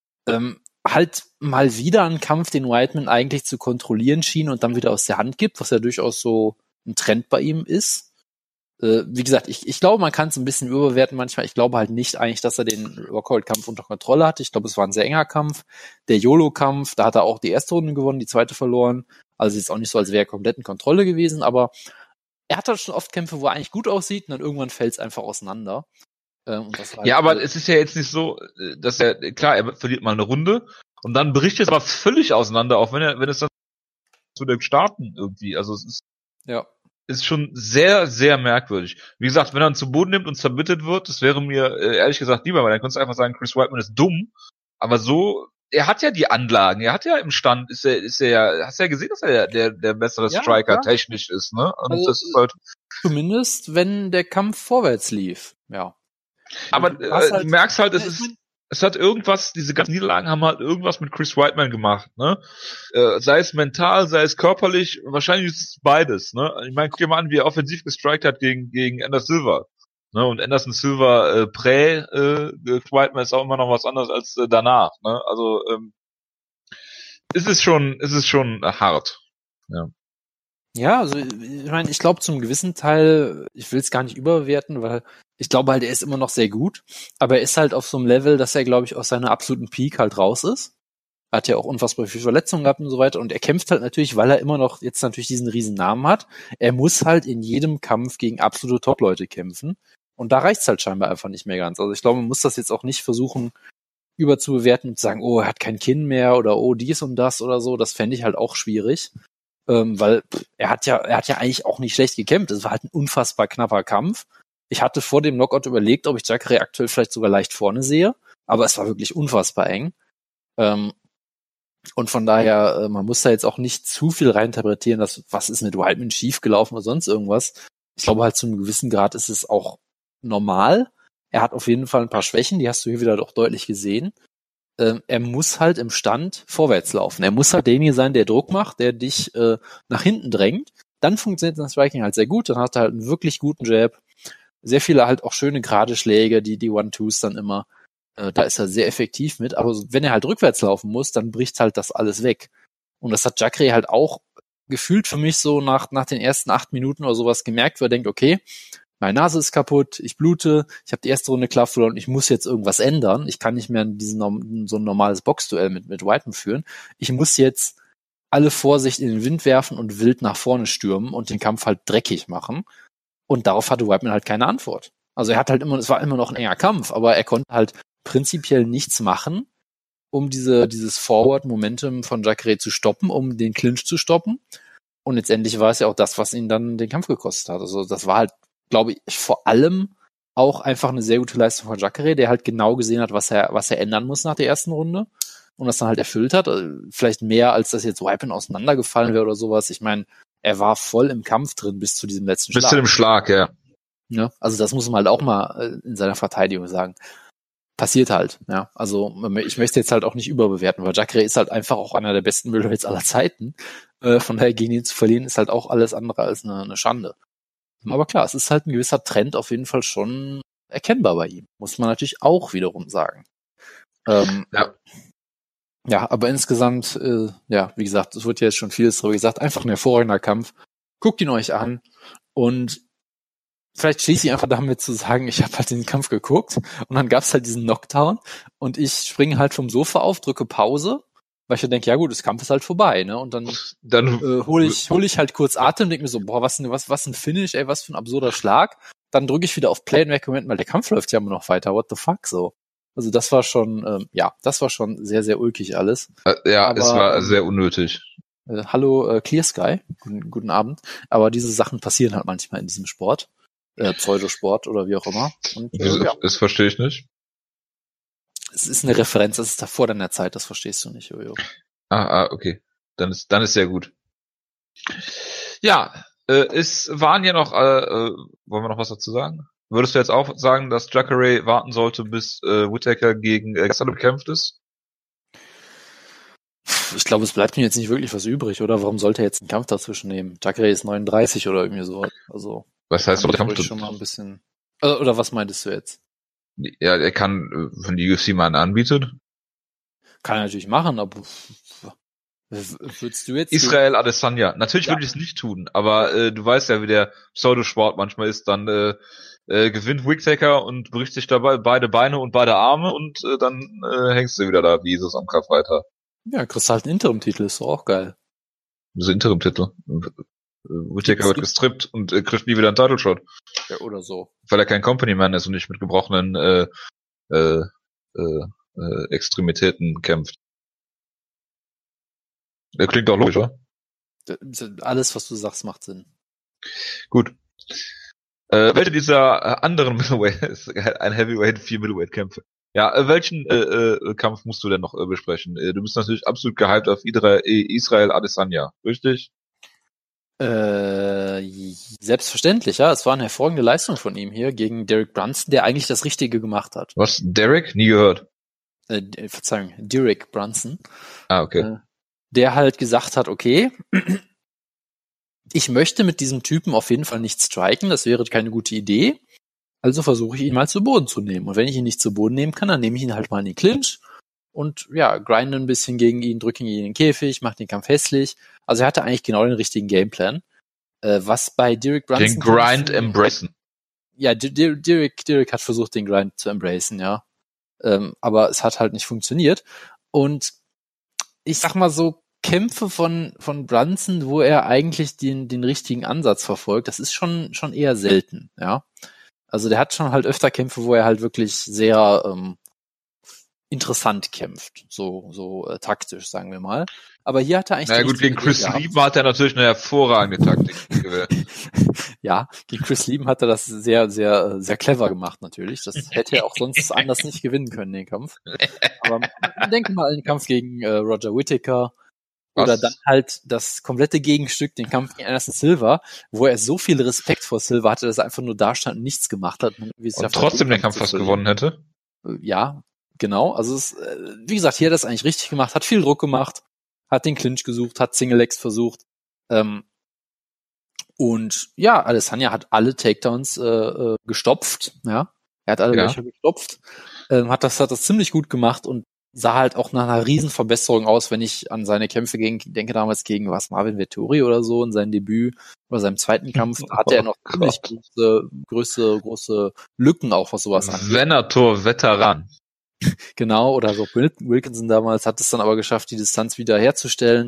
Halt mal wieder ein Kampf, den Whiteman eigentlich zu kontrollieren schien und dann wieder aus der Hand gibt, was ja durchaus so ein Trend bei ihm ist. Wie gesagt, ich glaube, man kann es ein bisschen überbewerten manchmal. Ich glaube halt nicht eigentlich, dass er den Rockhold-Kampf unter Kontrolle hatte. Ich glaube, es war ein sehr enger Kampf. Der YOLO-Kampf, da hat er auch die erste Runde gewonnen, die zweite verloren. Also ist auch nicht so, als wäre er komplett in Kontrolle gewesen, aber er hat halt schon oft Kämpfe, wo er eigentlich gut aussieht und dann irgendwann fällt es einfach auseinander. Und das war Ja, halt, aber es ist ja jetzt nicht so, dass klar, er verliert mal eine Runde und dann bricht es aber völlig auseinander, auch wenn es dann zu dem Starten irgendwie, also es ja. ist schon sehr, sehr merkwürdig. Wie gesagt, wenn er ihn zu Boden nimmt und zerbittet wird, das wäre mir ehrlich gesagt lieber, weil dann kannst du einfach sagen, Chris Whiteman ist dumm, aber so, er hat ja die Anlagen, er hat ja im Stand, hast du ja gesehen, dass er der bessere Ja, Striker klar. technisch ist, ne? Und Also, das ist halt, zumindest, wenn der Kampf vorwärts lief, ja. aber Du hast du halt, merkst halt, ich mein, es hat irgendwas, diese ganzen Niederlagen haben halt irgendwas mit Chris Whiteman gemacht, ne? Sei es mental, sei es körperlich, wahrscheinlich ist es beides, ne? Ich meine, guck dir mal an, wie er offensiv gestrikt hat gegen Anderson Silva. Ne? Und Anderson Silva Whiteman ist auch immer noch was anderes als danach, ne? Also ist es schon hart. Ja. ja, also ich meine, ich glaube zum gewissen Teil, ich will es gar nicht überbewerten, weil ich glaube halt, er ist immer noch sehr gut, aber er ist halt auf so einem Level, dass er, glaube ich, aus seiner absoluten Peak halt raus ist. Er hat ja auch unfassbar viele Verletzungen gehabt und so weiter und er kämpft halt natürlich, weil er immer noch jetzt natürlich diesen riesen Namen hat. Er muss halt in jedem Kampf gegen absolute Top-Leute kämpfen und da reicht's halt scheinbar einfach nicht mehr ganz. Also ich glaube, man muss das jetzt auch nicht versuchen überzubewerten und zu sagen, oh, er hat kein Kinn mehr oder oh, dies und das oder so. Das fände ich halt auch schwierig. Weil er hat ja eigentlich auch nicht schlecht gekämpft. Es war halt ein unfassbar knapper Kampf. Ich hatte vor dem Knockout überlegt, ob ich Jacare aktuell vielleicht sogar leicht vorne sehe, aber es war wirklich unfassbar eng. Und von daher, man muss da jetzt auch nicht zu viel reininterpretieren, dass was ist mit Whiteman schiefgelaufen oder sonst irgendwas. Ich glaube halt zu einem gewissen Grad ist es auch normal. Er hat auf jeden Fall ein paar Schwächen, die hast du hier wieder doch deutlich gesehen. Er muss halt im Stand vorwärts laufen. Er muss halt derjenige sein, der Druck macht, der dich nach hinten drängt. Dann funktioniert das Striking halt sehr gut. Dann hat er halt einen wirklich guten Jab. Sehr viele halt auch schöne gerade Schläge, die One-Twos dann immer. Da ist er sehr effektiv mit. Aber wenn er halt rückwärts laufen muss, dann bricht halt das alles weg. Und das hat Jacare halt auch gefühlt für mich so nach den ersten 8 Minuten oder sowas gemerkt, wo er denkt, okay, meine Nase ist kaputt, ich blute, ich habe die erste Runde klar verloren und ich muss jetzt irgendwas ändern. Ich kann nicht mehr so ein normales Boxduell mit Whiteman führen. Ich muss jetzt alle Vorsicht in den Wind werfen und wild nach vorne stürmen und den Kampf halt dreckig machen. Und darauf hatte Whiteman halt keine Antwort. Also er hat halt es war immer noch ein enger Kampf, aber er konnte halt prinzipiell nichts machen, um dieses Forward-Momentum von Jacare zu stoppen, um den Clinch zu stoppen. Und letztendlich war es ja auch das, was ihn dann den Kampf gekostet hat. Also das war halt, glaube ich, vor allem auch einfach eine sehr gute Leistung von Jacare, der halt genau gesehen hat, was er ändern muss nach der ersten Runde und das dann halt erfüllt hat. Vielleicht mehr, als dass jetzt Whiteman auseinandergefallen wäre oder sowas. Ich meine, er war voll im Kampf drin bis zu diesem letzten Schlag. Bis zu dem Schlag, ja. Ja, also das muss man halt auch mal in seiner Verteidigung sagen. Passiert halt, ja. Also ich möchte jetzt halt auch nicht überbewerten, weil Jacare ist halt einfach auch einer der besten Middleweights aller Zeiten. Von daher gegen ihn zu verlieren ist halt auch alles andere als eine Schande. Aber klar, es ist halt ein gewisser Trend auf jeden Fall schon erkennbar bei ihm. Muss man natürlich auch wiederum sagen. Ja. Ja, aber insgesamt, wie gesagt, es wird ja jetzt schon vieles darüber gesagt. Einfach ein hervorragender Kampf. Guckt ihn euch an und vielleicht schließe ich einfach damit zu sagen, ich habe halt den Kampf geguckt und dann gab's halt diesen Knockdown und ich springe halt vom Sofa auf, drücke Pause, weil ich dann denke, ja gut, das Kampf ist halt vorbei, ne? Und dann hole ich halt kurz Atem und denke mir so, boah, was ein Finish, ey, was für ein absurder Schlag. Dann drücke ich wieder auf Play und merke, Moment mal, der Kampf läuft ja immer noch weiter, what the fuck, so. Also das war schon, das war schon sehr, sehr ulkig alles. Ja, aber, es war sehr unnötig. Hallo Clear Sky, guten Abend. Aber diese Sachen passieren halt manchmal in diesem Sport. Pseudosport oder wie auch immer. Und, Das verstehe ich nicht. Es ist eine Referenz, das ist da vor deiner Zeit, das verstehst du nicht, Jojo. Okay. Dann ist sehr gut. Ja, es waren ja noch, wollen wir noch was dazu sagen? Würdest du jetzt auch sagen, dass Jacare warten sollte, bis Whittaker gegen Gastelum bekämpft ist? Ich glaube, es bleibt mir jetzt nicht wirklich was übrig, oder? Warum sollte er jetzt einen Kampf dazwischen nehmen? Jacare ist 39 oder irgendwie so. Also was heißt, der Kampf schon mal ein bisschen. Oder was meintest du jetzt? Ja, er kann, wenn die UFC mal einen anbietet. Kann er natürlich machen, aber würdest du jetzt... Israel Adesanya. Natürlich würde ich es nicht tun, aber du weißt ja, wie der Pseudosport manchmal ist, dann gewinnt Whittaker und bricht sich dabei beide Beine und beide Arme und dann hängst du wieder da wie Jesus am Karfreitag. Ja, kriegst halt einen Interim-Titel, ist doch auch geil. Diese Interim-Titel. Whittaker wird gestrippt und kriegt nie wieder einen Title Shot. Ja, oder so. Weil er kein Company Man ist und nicht mit gebrochenen Extremitäten kämpft. Klingt auch logisch, oder? Alles, was du sagst, macht Sinn. Gut. Welche dieser anderen Middleweight, ein Heavyweight, 4 Middleweight-Kämpfe. Ja, welchen Kampf musst du denn noch besprechen? Du bist natürlich absolut gehypt auf Israel Adesanya, richtig? Selbstverständlich, ja. Es war eine hervorragende Leistung von ihm hier gegen Derek Brunson, der eigentlich das Richtige gemacht hat. Was? Derek? Nie gehört. Verzeihung, Derek Brunson. Ah, okay. Der halt gesagt hat, okay, ich möchte mit diesem Typen auf jeden Fall nicht striken, das wäre keine gute Idee. Also versuche ich ihn mal zu Boden zu nehmen. Und wenn ich ihn nicht zu Boden nehmen kann, dann nehme ich ihn halt mal in den Clinch und ja, grinde ein bisschen gegen ihn, drücke ihn in den Käfig, mache den Kampf hässlich. Also er hatte eigentlich genau den richtigen Gameplan. Was bei Derek Brunson... Den Grind embracen. Ja, Derek hat versucht, den Grind zu embracen, ja. Aber es hat halt nicht funktioniert. Und ich sag mal so, Kämpfe von Brunson, wo er eigentlich den richtigen Ansatz verfolgt, das ist schon eher selten, ja. Also der hat schon halt öfter Kämpfe, wo er halt wirklich sehr interessant kämpft, so taktisch, sagen wir mal. Aber hier hat er eigentlich... Na gut, gegen Chris Lieben hat er natürlich eine hervorragende Taktik gewählt. Ja, gegen Chris Lieben hat er das sehr, sehr, sehr clever gemacht natürlich. Das hätte er auch sonst anders nicht gewinnen können, den Kampf. Aber denken mal an den Kampf gegen Roger Whittaker. Oder dann halt das komplette Gegenstück, den Kampf gegen Anderson Silva, wo er so viel Respekt vor Silva hatte, dass er einfach nur da stand und nichts gemacht hat. Und trotzdem den Kampf fast gewonnen hätte? Ja, genau. Also es, wie gesagt, hier hat er es eigentlich richtig gemacht, hat viel Druck gemacht, hat den Clinch gesucht, hat Single Legs versucht. Und ja, Adesanya hat alle Takedowns gestopft. Ja, er hat alle Löcher gestopft, hat das ziemlich gut gemacht und sah halt auch nach einer Riesenverbesserung aus, wenn ich an seine Kämpfe denke damals gegen Marvin Vettori oder so in seinem Debüt oder seinem zweiten Kampf, da hatte er noch ziemlich große Lücken auch, was sowas angeht. Venator-Veteran. Genau, oder so Wilkinson damals hat es dann aber geschafft, die Distanz wieder herzustellen.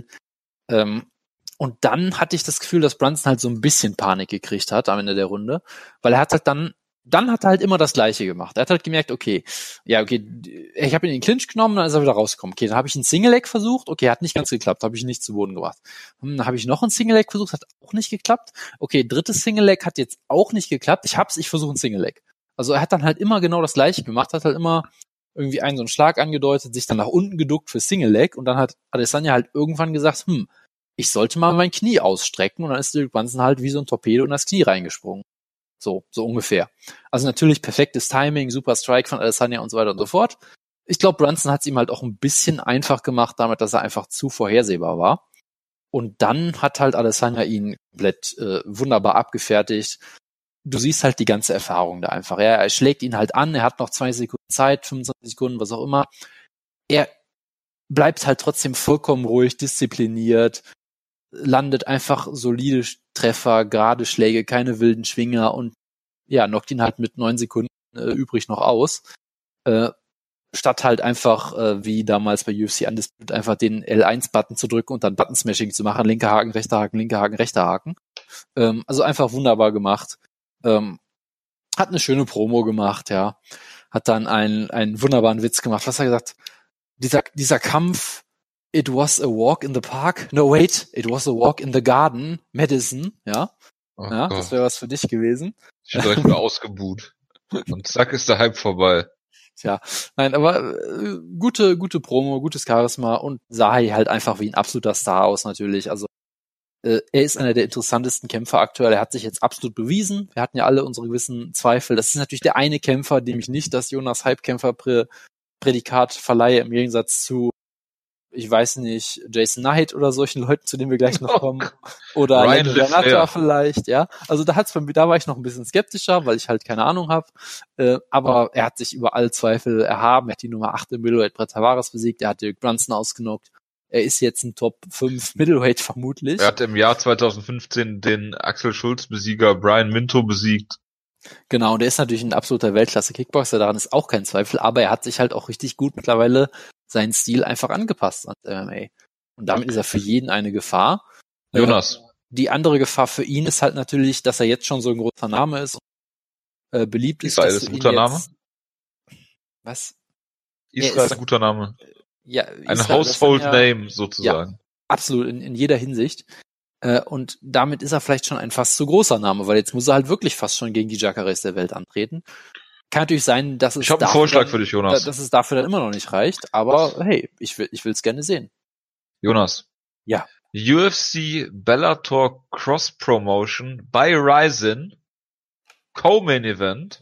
Und dann hatte ich das Gefühl, dass Brunson halt so ein bisschen Panik gekriegt hat am Ende der Runde, weil er hat halt dann hat er halt immer das Gleiche gemacht. Er hat halt gemerkt, okay, ich habe ihn in den Clinch genommen, dann ist er wieder rausgekommen. Okay, dann habe ich einen Single Leg versucht, okay, hat nicht ganz geklappt, habe ich nicht zu Boden gebracht. Dann habe ich noch einen Single Leg versucht, hat auch nicht geklappt. Okay, drittes Single Leg hat jetzt auch nicht geklappt. Ich versuche einen Single Leg. Also er hat dann halt immer genau das Gleiche gemacht, hat halt immer irgendwie einen so einen Schlag angedeutet, sich dann nach unten geduckt für Single Leg und dann hat Adesanya halt irgendwann gesagt, ich sollte mal mein Knie ausstrecken und dann ist Derek Brunson halt wie so ein Torpedo in das Knie reingesprungen. So ungefähr. Also natürlich perfektes Timing, super Strike von Adesanya und so weiter und so fort. Ich glaube, Brunson hat es ihm halt auch ein bisschen einfach gemacht, damit, dass er einfach zu vorhersehbar war. Und dann hat halt Adesanya ihn komplett wunderbar abgefertigt. Du siehst halt die ganze Erfahrung da einfach. Er schlägt ihn halt an, er hat noch 20 Sekunden Zeit, 25 Sekunden, was auch immer. Er bleibt halt trotzdem vollkommen ruhig, diszipliniert, landet einfach solide Treffer, gerade Schläge, keine wilden Schwinger und ja, knockt ihn halt mit 9 Sekunden übrig noch aus. Statt halt einfach, wie damals bei UFC Undisputed, einfach den L1-Button zu drücken und dann Button-Smashing zu machen, linker Haken, rechter Haken, linker Haken, rechter Haken. Also einfach wunderbar gemacht. Hat eine schöne Promo gemacht, ja. Hat dann einen wunderbaren Witz gemacht. Was hat er gesagt? Dieser Kampf, it was a walk in the park. No, wait, it was a walk in the garden, Madison, ja. Oh ja, Gott. das wäre was für dich gewesen. Ich bin direkt wieder ausgebuht. Und zack ist der Hype vorbei. Tja, nein, aber gute Promo, gutes Charisma und sah halt einfach wie ein absoluter Star aus natürlich. Also er ist einer der interessantesten Kämpfer aktuell. Er hat sich jetzt absolut bewiesen. Wir hatten ja alle unsere gewissen Zweifel. Das ist natürlich der eine Kämpfer, dem ich nicht das Jonas Hype-Kämpfer-Prädikat verleihe, im Gegensatz zu, ich weiß nicht, Jason Knight oder solchen Leuten, zu denen wir gleich noch kommen. Oder Ryan Renata vielleicht, ja. Also da war ich noch ein bisschen skeptischer, weil ich halt keine Ahnung habe. Aber er hat sich über alle Zweifel erhaben. Er hat die Nummer 8 im Middleweight Brett Tavares besiegt. Er hat Derek Brunson ausgenockt. Er ist jetzt ein Top 5 Middleweight vermutlich. Er hat im Jahr 2015 den Axel Schulz-Besieger Brian Minto besiegt. Genau, und der ist natürlich ein absoluter Weltklasse-Kickboxer, daran ist auch kein Zweifel, aber er hat sich halt auch richtig gut mittlerweile seinen Stil einfach angepasst an MMA. Und damit ist er für jeden eine Gefahr. Jonas, Die andere Gefahr für ihn ist halt natürlich, dass er jetzt schon so ein großer Name ist und beliebt ist. Israel ist ein guter Name. Was? Israel ist ein guter Name. Ja, ein Israel, Household Name sozusagen. Ja, absolut, in jeder Hinsicht. Und damit ist er vielleicht schon ein fast zu großer Name, weil jetzt muss er halt wirklich fast schon gegen die Jacares der Welt antreten. Kann natürlich sein, dass es ich habe einen Vorschlag für dich, Jonas. Dass es dafür dann immer noch nicht reicht, aber hey, ich will's gerne sehen. Jonas. Ja. UFC Bellator Cross Promotion bei Ryzen Co-Main Event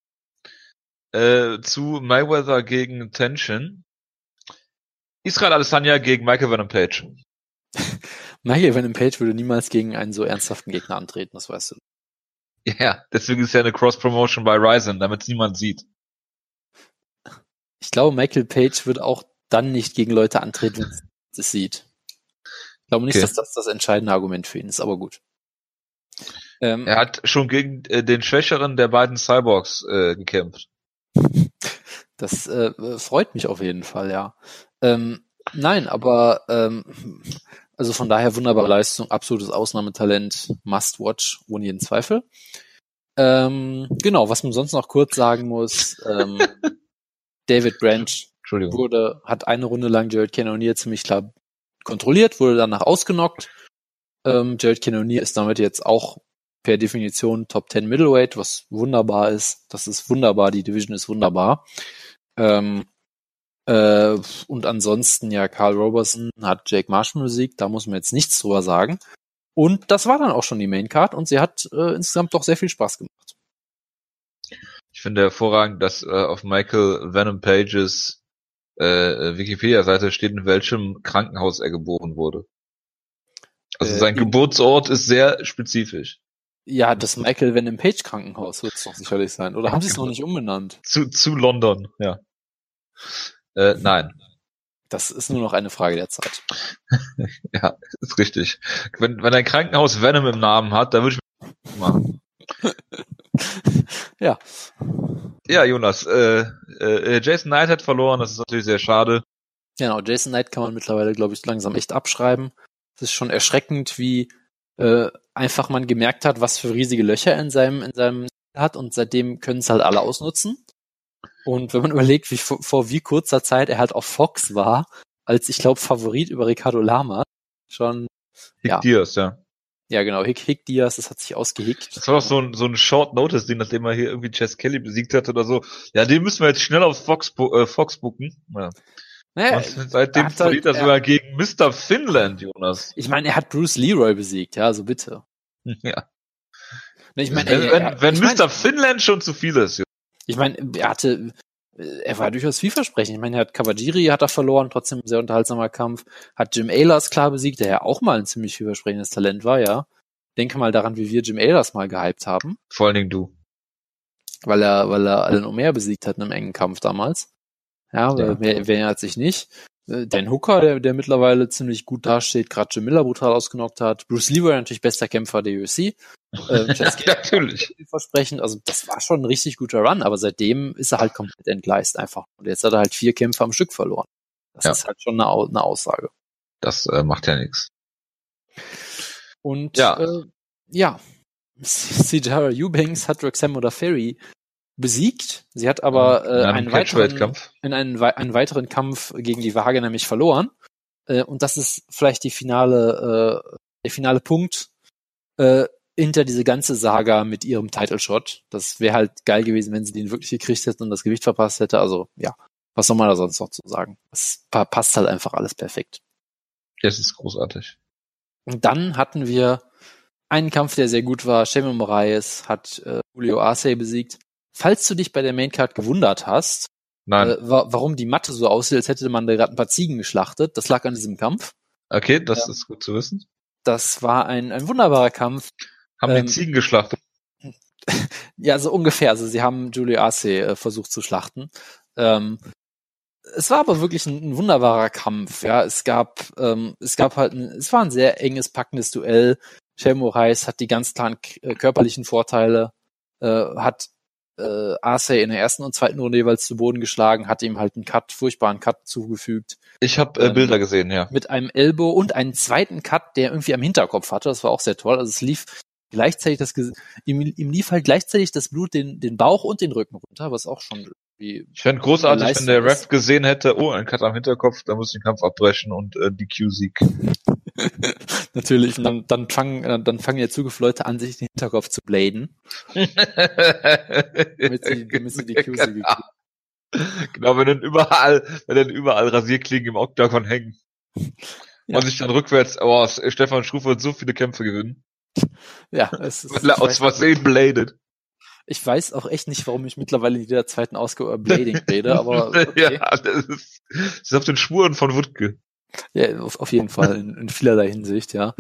zu Mayweather gegen Tenshin. Israel Adesanya gegen Michael Venom Page. Michael Venom Page würde niemals gegen einen so ernsthaften Gegner antreten, das weißt du. Ja, deswegen ist ja eine Cross-Promotion bei Ryzen, damit es niemand sieht. Ich glaube, Michael Page wird auch dann nicht gegen Leute antreten, wenn es sieht. Ich glaube nicht, dass das entscheidende Argument für ihn ist, aber gut. Er hat schon gegen den schwächeren der beiden Cyborgs gekämpft. Das freut mich auf jeden Fall, ja. Nein, aber also von daher wunderbare Leistung, absolutes Ausnahmetalent, must watch, ohne jeden Zweifel. Genau, was man sonst noch kurz sagen muss, David Branch hat eine Runde lang Jared Cannonier ziemlich klar kontrolliert, wurde danach ausgenockt. Jared Cannonier ist damit jetzt auch per Definition Top 10 Middleweight, was wunderbar ist. Das ist wunderbar, die Division ist wunderbar. Und ansonsten, ja, Carl Roberson hat Jake Marshall besiegt, da muss man jetzt nichts drüber sagen. Und das war dann auch schon die Maincard und sie hat insgesamt doch sehr viel Spaß gemacht. Ich finde hervorragend, dass auf Michael Venom Pages Wikipedia-Seite steht, in welchem Krankenhaus er geboren wurde. Also sein Geburtsort ist sehr spezifisch. Ja, das Michael Venom Page Krankenhaus wird es doch sicherlich sein. Oder haben sie es noch nicht umbenannt? Zu London, ja. Nein. Das ist nur noch eine Frage der Zeit. Ja, ist richtig. Wenn ein Krankenhaus Venom im Namen hat, dann würde ich machen. Ja. Ja, Jonas, Jason Knight hat verloren, das ist natürlich sehr schade. Genau, Jason Knight kann man mittlerweile, glaube ich, langsam echt abschreiben. Es ist schon erschreckend, wie einfach man gemerkt hat, was für riesige Löcher in seinem hat und seitdem können es halt alle ausnutzen. Und wenn man überlegt, wie vor wie kurzer Zeit er halt auf Fox war, als ich glaube Favorit über Ricardo Lama, schon Hick Diaz, ja. Ja, genau, Hick Diaz, das hat sich ausgehickt. Das war doch so ein Short-Notice-Ding, nachdem er hier irgendwie Chess Kelly besiegt hat oder so. Ja, den müssen wir jetzt schnell auf Fox booken. Ja. Naja, und seitdem verliert er sogar gegen Mr. Finland, Jonas. Ich meine, er hat Bruce Leroy besiegt, ja, also bitte. Ja. Ich meine, wenn Mr. Finland schon zu viel ist. Jonas. Ich meine, er war durchaus vielversprechend. Ich meine, er hat Kawajiri hat er verloren, trotzdem ein sehr unterhaltsamer Kampf. Hat Jim Ehlers klar besiegt, der ja auch mal ein ziemlich vielversprechendes Talent war, ja. Denke mal daran, wie wir Jim Ehlers mal gehypt haben. Vor allen Dingen du. Weil er Alan Omer besiegt hat in einem engen Kampf damals. Ja, wer erinnert sich nicht? Dan Hooker, der mittlerweile ziemlich gut dasteht, gerade Jim Miller brutal ausgenockt hat. Bruce Leroy natürlich bester Kämpfer der UFC. Natürlich. Versprechend, also das war schon ein richtig guter Run, aber seitdem ist er halt komplett entgleist einfach. Und jetzt hat er halt 4 Kämpfe am Stück verloren. Das ist halt schon eine Aussage. Das macht ja nichts. Und Sijara Eubanks hat Roxanne Modafferi besiegt. Sie hat aber einen weiteren Kampf gegen die Waage nämlich verloren. Und das ist vielleicht der finale Punkt hinter diese ganze Saga mit ihrem Title Shot. Das wäre halt geil gewesen, wenn sie den wirklich gekriegt hätte und das Gewicht verpasst hätte. Also ja, was soll man da sonst noch zu sagen? Es passt halt einfach alles perfekt. Das ist großartig. Und dann hatten wir einen Kampf, der sehr gut war. Sheymon Moraes hat Julio Arce besiegt. Falls du dich bei der Maincard gewundert hast, warum die Matte so aussieht, als hätte man da gerade ein paar Ziegen geschlachtet, das lag an diesem Kampf. Okay, das ist gut zu wissen. Das war ein wunderbarer Kampf. Haben die Ziegen geschlachtet? Ja, so ungefähr. Also sie haben Julio Arce versucht zu schlachten. Es war aber wirklich ein wunderbarer Kampf. Ja, es war ein sehr enges, packendes Duell. Sheymon Moraes hat die ganz klaren körperlichen Vorteile, hat Arcee in der ersten und zweiten Runde jeweils zu Boden geschlagen, hat ihm halt einen furchtbaren Cut zugefügt. Ich habe Bilder gesehen, ja. Mit einem Elbow und einen zweiten Cut, der irgendwie am Hinterkopf hatte. Das war auch sehr toll. Also es lief gleichzeitig ihm lief halt gleichzeitig das Blut den Bauch und den Rücken runter, was auch schon irgendwie. Ich fände großartig, wenn der Ref gesehen hätte, ein Cut am Hinterkopf, da muss ich den Kampf abbrechen und DQ-Sieg. Natürlich, und dann fangen die Zugefleute an, sich den Hinterkopf zu bladen. damit sie die Q-Siege kriegen. Genau, wenn dann überall Rasierklingen im Oktagon hängen. Ja. Und sich dann rückwärts, Stefan Struve wird so viele Kämpfe gewinnen. Ja, es ist. Weil er aus Versehen bladet. Ich weiß auch echt nicht, warum ich mittlerweile in jeder zweiten Ausgabe über Blading rede, aber okay. Ja, das ist auf den Spuren von Wutke. Ja, auf jeden Fall, in vielerlei Hinsicht, ja.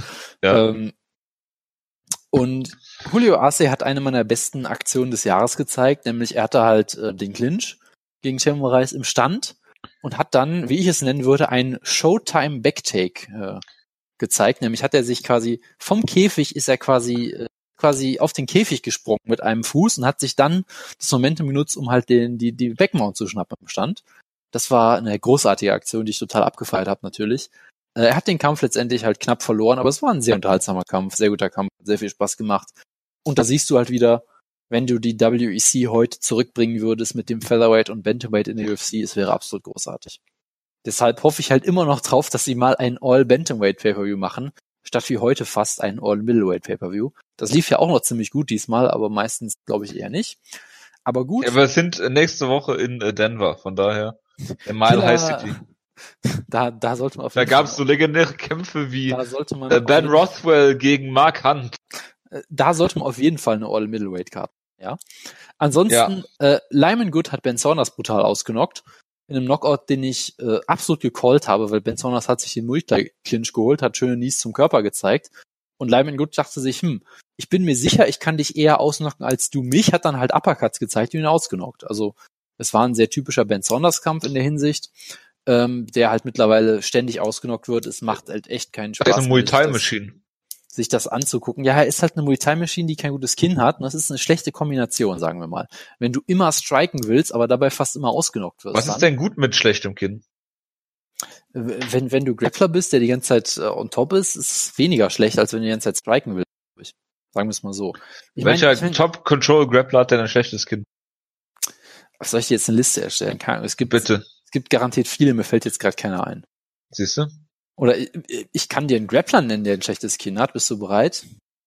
Und Julio Arce hat eine meiner besten Aktionen des Jahres gezeigt, nämlich er hatte halt den Clinch gegen Chemo Moraes im Stand und hat dann, wie ich es nennen würde, einen Showtime Backtake gezeigt, nämlich hat er sich quasi vom Käfig ist er quasi auf den Käfig gesprungen mit einem Fuß und hat sich dann das Momentum genutzt, um halt die Backmount zu schnappen im Stand. Das war eine großartige Aktion, die ich total abgefeiert habe natürlich. Er hat den Kampf letztendlich halt knapp verloren, aber es war ein sehr unterhaltsamer Kampf, sehr guter Kampf, hat sehr viel Spaß gemacht. Und da siehst du halt wieder, wenn du die WEC heute zurückbringen würdest mit dem Featherweight und Bantamweight in der UFC, es wäre absolut großartig. Deshalb hoffe ich halt immer noch drauf, dass sie mal ein All-Bantamweight Pay-Per-View machen, statt wie heute fast ein All-Middleweight Pay-Per-View. Das lief ja auch noch ziemlich gut diesmal, aber meistens glaube ich eher nicht. Aber gut. Ja, wir sind nächste Woche in Denver, von daher. In Mile High City. Da sollte man auf jeden Fall. Da gab es so legendäre Kämpfe wie Ben Rothwell gegen Mark Hunt. Da sollte man auf jeden Fall eine All-Middleweight-Karte. Ja. Ansonsten, Lyman Good hat Ben Saunders brutal ausgenockt. In einem Knockout, den ich absolut gecallt habe, weil Ben Saunders hat sich den Muay Thai Clinch geholt, hat schöne Knees zum Körper gezeigt. Und Lyman Good dachte sich, ich bin mir sicher, ich kann dich eher ausnocken als du mich, hat dann halt Uppercuts gezeigt und ihn ausgenockt. Also es war ein sehr typischer Ben Saunders-Kampf in der Hinsicht, der halt mittlerweile ständig ausgenockt wird. Es macht halt echt keinen Spaß. Das ist eine Muay Thai-Maschine. Sich das anzugucken. Ja, er ist halt eine Muay Thai-Maschine, die kein gutes Kinn hat. Und das ist eine schlechte Kombination, sagen wir mal. Wenn du immer striken willst, aber dabei fast immer ausgenockt wirst. Was ist denn gut mit schlechtem Kinn? Wenn du Grappler bist, der die ganze Zeit on top ist es weniger schlecht, als wenn du die ganze Zeit striken willst. Sagen wir es mal so. Welcher Top-Control-Grappler hat denn ein schlechtes Kinn? Was soll ich dir jetzt eine Liste erstellen? Bitte. Es gibt garantiert viele, mir fällt jetzt gerade keiner ein. Siehst du? Oder ich kann dir einen Grappler nennen, der ein schlechtes Kinn hat. Bist du bereit?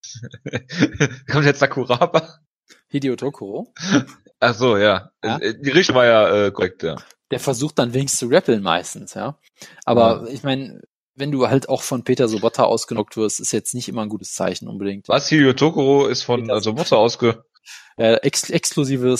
Kommt jetzt Sakuraba? Hideo Tokoro. Ach so, ja. Die Richtung war ja korrekt, ja. Der versucht dann wenigstens zu rappeln meistens, ja. Aber ich meine, wenn du halt auch von Peter Sobotta ausgenockt wirst, ist jetzt nicht immer ein gutes Zeichen unbedingt. Was? Hideo Tokoro ist von Sobotta exklusive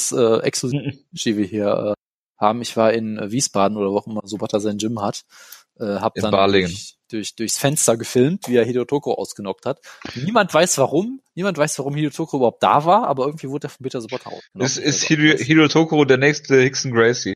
hier haben. Ich war in Wiesbaden oder wo auch immer Sobotta sein Gym hat. Hab dann durchs Fenster gefilmt, wie er Hideo Tokoro ausgenockt hat. Niemand weiß warum Hideo Tokoro überhaupt da war, aber irgendwie wurde er von Peter Sobotta ausgenockt. Ist Hideo Tokoro der nächste Hickson Gracie?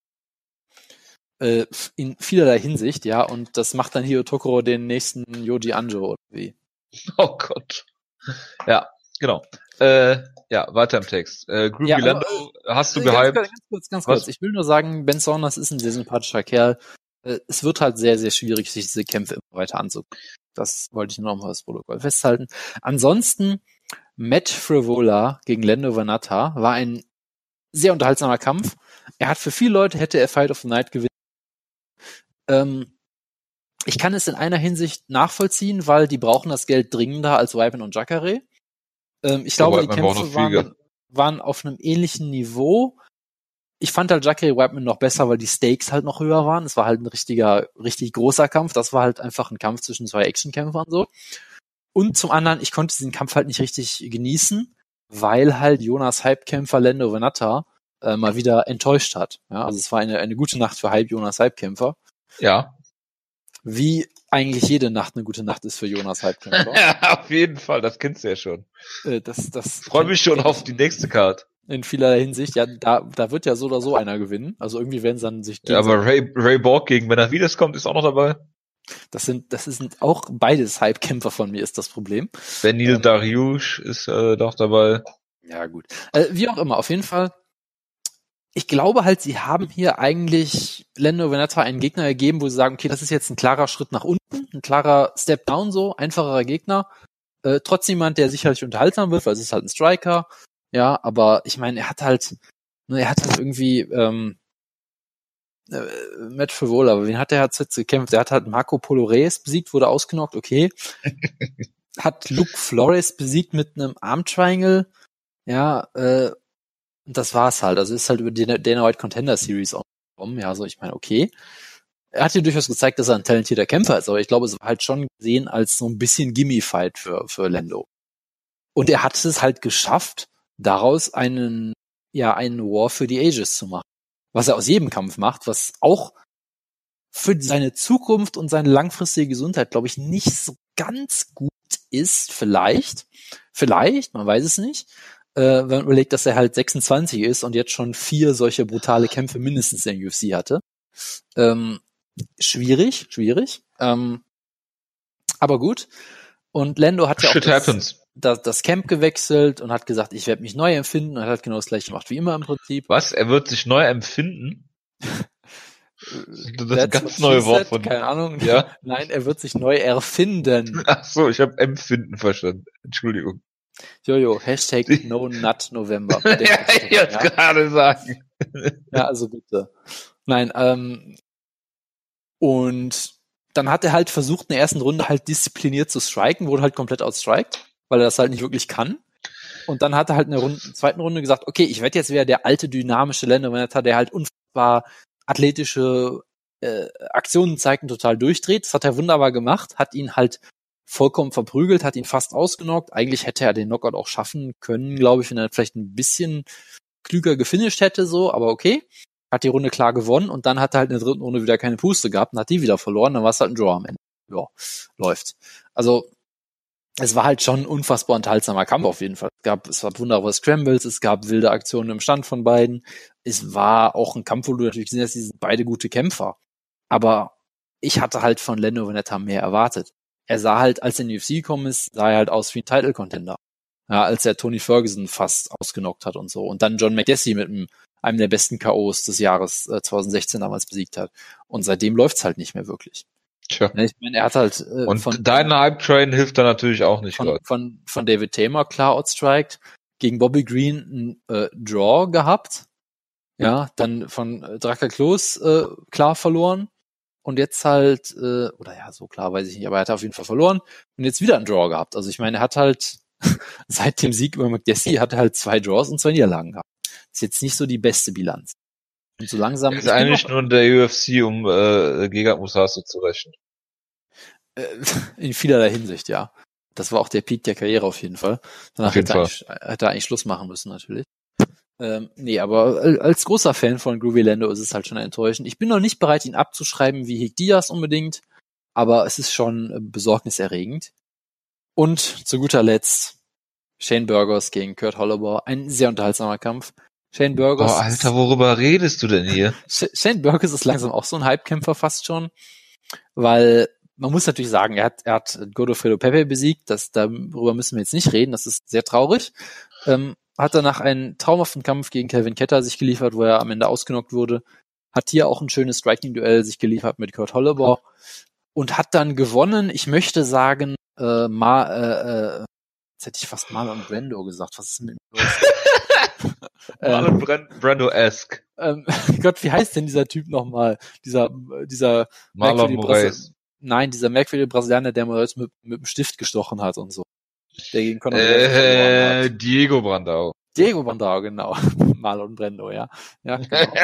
In vielerlei Hinsicht, ja, und das macht dann Hideo Tokoro den nächsten Yoji Anjo oder wie? Oh Gott. Ja, genau. Weiter im Text. Groovy Lando, hast du gehypt? Ganz kurz. Ich will nur sagen, Ben Saunders ist ein sehr sympathischer Kerl. Es wird halt sehr, sehr schwierig, sich diese Kämpfe immer weiter anzugucken. Das wollte ich nur noch mal das Protokoll festhalten. Ansonsten, Matt Frivola gegen Lando Vannata war ein sehr unterhaltsamer Kampf. Er hat für viele Leute, hätte er Fight of the Night gewinnen. Ich kann es in einer Hinsicht nachvollziehen, weil die brauchen das Geld dringender als Weidman und Jacare. Ich glaube, die Kämpfe waren auf einem ähnlichen Niveau. Ich fand halt Jacare Weidman noch besser, weil die Stakes halt noch höher waren. Es war halt ein richtig großer Kampf. Das war halt einfach ein Kampf zwischen zwei Actionkämpfern so. Und zum anderen, ich konnte diesen Kampf halt nicht richtig genießen, weil halt Jonas Hypekämpfer Lando Vannata mal wieder enttäuscht hat. Ja, also es war eine gute Nacht für Jonas Hypekämpfer. Ja. Wie eigentlich jede Nacht eine gute Nacht ist für Jonas Hypekämpfer. Ja, auf jeden Fall, das kennst du ja schon. Das freue mich schon auf die nächste Card. In vielerlei Hinsicht, ja, da wird ja so oder so einer gewinnen. Also irgendwie werden sie dann sich... Ja, aber Ray Borg gegen Benavides kommt, ist auch noch dabei. Das sind auch beides Hype-Kämpfer von mir, ist das Problem. Benil Dariush ist doch dabei. Ja, gut. Wie auch immer, auf jeden Fall. Ich glaube halt, sie haben hier eigentlich Lando Veneta einen Gegner gegeben, wo sie sagen, okay, das ist jetzt ein klarer Schritt nach unten, ein klarer Step down, so, einfacherer Gegner. Trotzdem jemand, der sicherlich unterhaltsam wird, weil es ist halt ein Striker. Ja, aber ich meine, er hat halt irgendwie Matt Frivola, aber wen hat der jetzt gekämpft? Der hat halt Marco Polo Reyes besiegt, wurde ausgenockt, okay. Hat Luke Flores besiegt mit einem Arm Triangle. Ja, das war's halt. Also ist halt über die Dana White Contender Series auch gekommen. Ja, so ich meine, okay. Er hat hier durchaus gezeigt, dass er ein talentierter Kämpfer ist, aber ich glaube, es war halt schon gesehen als so ein bisschen Gimme-Fight für Lando. Und er hat es halt geschafft, daraus einen War für die Ages zu machen. Was er aus jedem Kampf macht, was auch für seine Zukunft und seine langfristige Gesundheit, glaube ich, nicht so ganz gut ist. Vielleicht, man weiß es nicht. Wenn man überlegt, dass er halt 26 ist und jetzt schon 4 solche brutale Kämpfe mindestens in der UFC hatte. Schwierig. Aber gut. Und Lando hat ja auch das Camp gewechselt und hat gesagt, ich werde mich neu empfinden, und hat genau das gleiche gemacht wie immer im Prinzip. Was? Er wird sich neu empfinden? Das ist ein ganz neues Wort von... Keine Ahnung. Ja? Nein, er wird sich neu erfinden. Ach so, ich habe empfinden verstanden. Entschuldigung. Jojo, Hashtag No Nut November. Ja, ich jetzt gerade sagen. Ja, also bitte. Nein, und dann hat er halt versucht, in der ersten Runde halt diszipliniert zu striken, wurde halt komplett outstriked, weil er das halt nicht wirklich kann. Und dann hat er halt in der zweiten Runde gesagt, okay, ich werde jetzt wieder der alte, dynamische Lando Veneta, der halt unfassbar athletische Aktionen zeigt und total durchdreht. Das hat er wunderbar gemacht, hat ihn halt vollkommen verprügelt, hat ihn fast ausgenockt. Eigentlich hätte er den Knockout auch schaffen können, glaube ich, wenn er vielleicht ein bisschen klüger gefinisht hätte, so, aber okay. Hat die Runde klar gewonnen und dann hat er halt in der dritten Runde wieder keine Puste gehabt und hat die wieder verloren, dann war es halt ein Draw am Ende. Ja, läuft. Also, es war halt schon ein unfassbar unterhaltsamer Kampf auf jeden Fall. Es war wunderbare Scrambles, es gab wilde Aktionen im Stand von beiden. Es war auch ein Kampf, wo du natürlich gesehen hast, die sind beide gute Kämpfer. Aber ich hatte halt von Lando Veneta mehr erwartet. Er sah halt, als er in die UFC gekommen ist, sah er halt aus wie ein Title-Contender. Ja, als er Tony Ferguson fast ausgenockt hat und so. Und dann John McDessie mit einem der besten K.O.s des Jahres 2016 damals besiegt hat. Und seitdem läuft's halt nicht mehr wirklich. Tja. Ich meine, er hat halt und dein Hype-Train hilft da natürlich auch nicht. Von David Tamer klar outstriked, gegen Bobby Green ein Draw gehabt. Ja, dann von Drakkar Klose klar verloren. Und jetzt halt, oder ja, so klar weiß ich nicht, aber er hat auf jeden Fall verloren und jetzt wieder einen Draw gehabt. Also ich meine, er hat halt seit dem Sieg über McDessie hat er halt 2 Draws und 2 Niederlagen gehabt. Das ist jetzt nicht so die beste Bilanz. Und so langsam... Das ist eigentlich nur in der UFC, um Gegard Mousasi zu rächen. In vielerlei Hinsicht, ja. Das war auch der Peak der Karriere auf jeden Fall. Danach hätte er eigentlich Schluss machen müssen, natürlich. Nee, aber als großer Fan von Groovy Lando ist es halt schon enttäuschend. Ich bin noch nicht bereit, ihn abzuschreiben wie Hick Diaz unbedingt, aber es ist schon besorgniserregend. Und zu guter Letzt Shane Burgos gegen Kurt Holloway. Ein sehr unterhaltsamer Kampf. Shane Burgos... Boah, Alter, worüber redest du denn hier? Shane Burgos ist langsam auch so ein Hype-Kämpfer fast schon, weil man muss natürlich sagen, er hat Godofredo Pepe besiegt, darüber müssen wir jetzt nicht reden, das ist sehr traurig. Hat danach einen traumhaften Kampf gegen Calvin Kattar sich geliefert, wo er am Ende ausgenockt wurde. Hat hier auch ein schönes Striking-Duell sich geliefert mit Kurt Holloway und hat dann gewonnen. Ich möchte sagen, jetzt hätte ich fast Marlon Brando gesagt. Was ist mit mir los? Marlon Brando-esque. Gott, wie heißt denn dieser Typ nochmal? Dieser Marlon Moraes. Nein, dieser merkwürdige Brasilianer, der mal mit dem Stift gestochen hat und so. Der gegen Conor Diego Brandao. Diego Brandao, genau. Marlon Brando, ja. Ja, genau.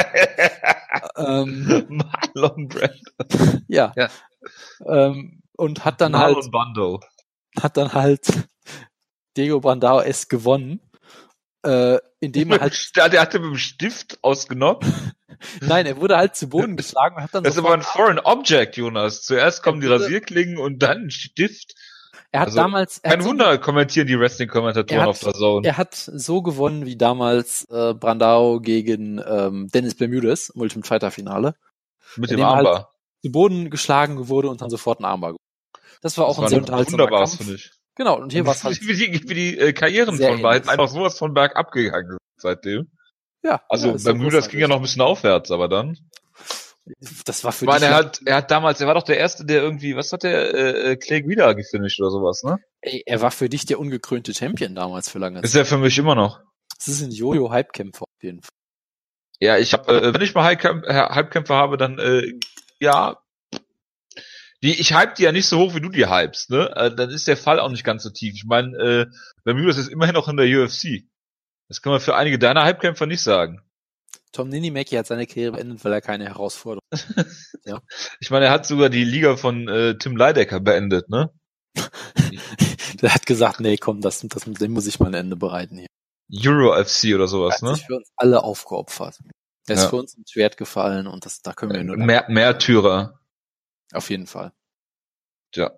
Marlon Brando. Ja. Und hat dann Marlon Brando. Hat dann halt Diego Brandao es gewonnen, indem er halt... Der hatte mit dem Stift ausgenockt. Nein, er wurde halt zu Boden geschlagen und hat dann... Das ist aber ein Foreign Object, Jonas. Zuerst kommen die Rasierklingen und dann ein Stift. Er hat damals... Kein Wunder, kommentieren die Wrestling-Kommentatoren auf der Zone. Er hat so gewonnen wie damals Brandao gegen Dennis Bermudez im Ultimate Fighter Finale. Mit dem Armbar. Halt zu Boden geschlagen wurde und dann sofort ein Armbar. Das war auch ein sehr unterhaltsamer Kampf. Finde ich. Genau, und hier war es halt wie die Karrieren sehr von beiden ähnlich. einfach sowas von bergab gegangen sind seitdem. Ja. Also ja, ist bei doch Müller ging ja großartig. noch ein bisschen aufwärts, aber dann. Das war für Ich meine, dich er hat damals, er war doch der Erste, der irgendwie, was hat der, Clay Guida gefinisht oder sowas, ne? er war für dich der ungekrönte Champion damals für lange Ist Zeit. er für mich immer noch. Das ist ein Jojo-Hypekämpfer auf jeden Fall. Ja, ich habe, wenn ich mal Hypekämpfer habe, dann ja, ich hype die ja nicht so hoch, wie du die hypst, ne? Dann ist der Fall auch nicht ganz so tief. Ich meine, Bermudas ist immerhin noch in der UFC. Das kann man für einige deiner Hypekämpfer nicht sagen. Tom Ninimaki hat seine Karriere beendet, weil er keine Herausforderung ja. Ich meine, er hat sogar die Liga von Tim Leidecker beendet, ne? Der hat gesagt, nee, komm, dem muss ich mal ein Ende bereiten hier. Euro FC oder Er sowas, hat ne? sich für uns alle aufgeopfert. Er ist Ja. für uns ins Schwert gefallen und da können wir nur Märtyrer. auf jeden Fall. Ja.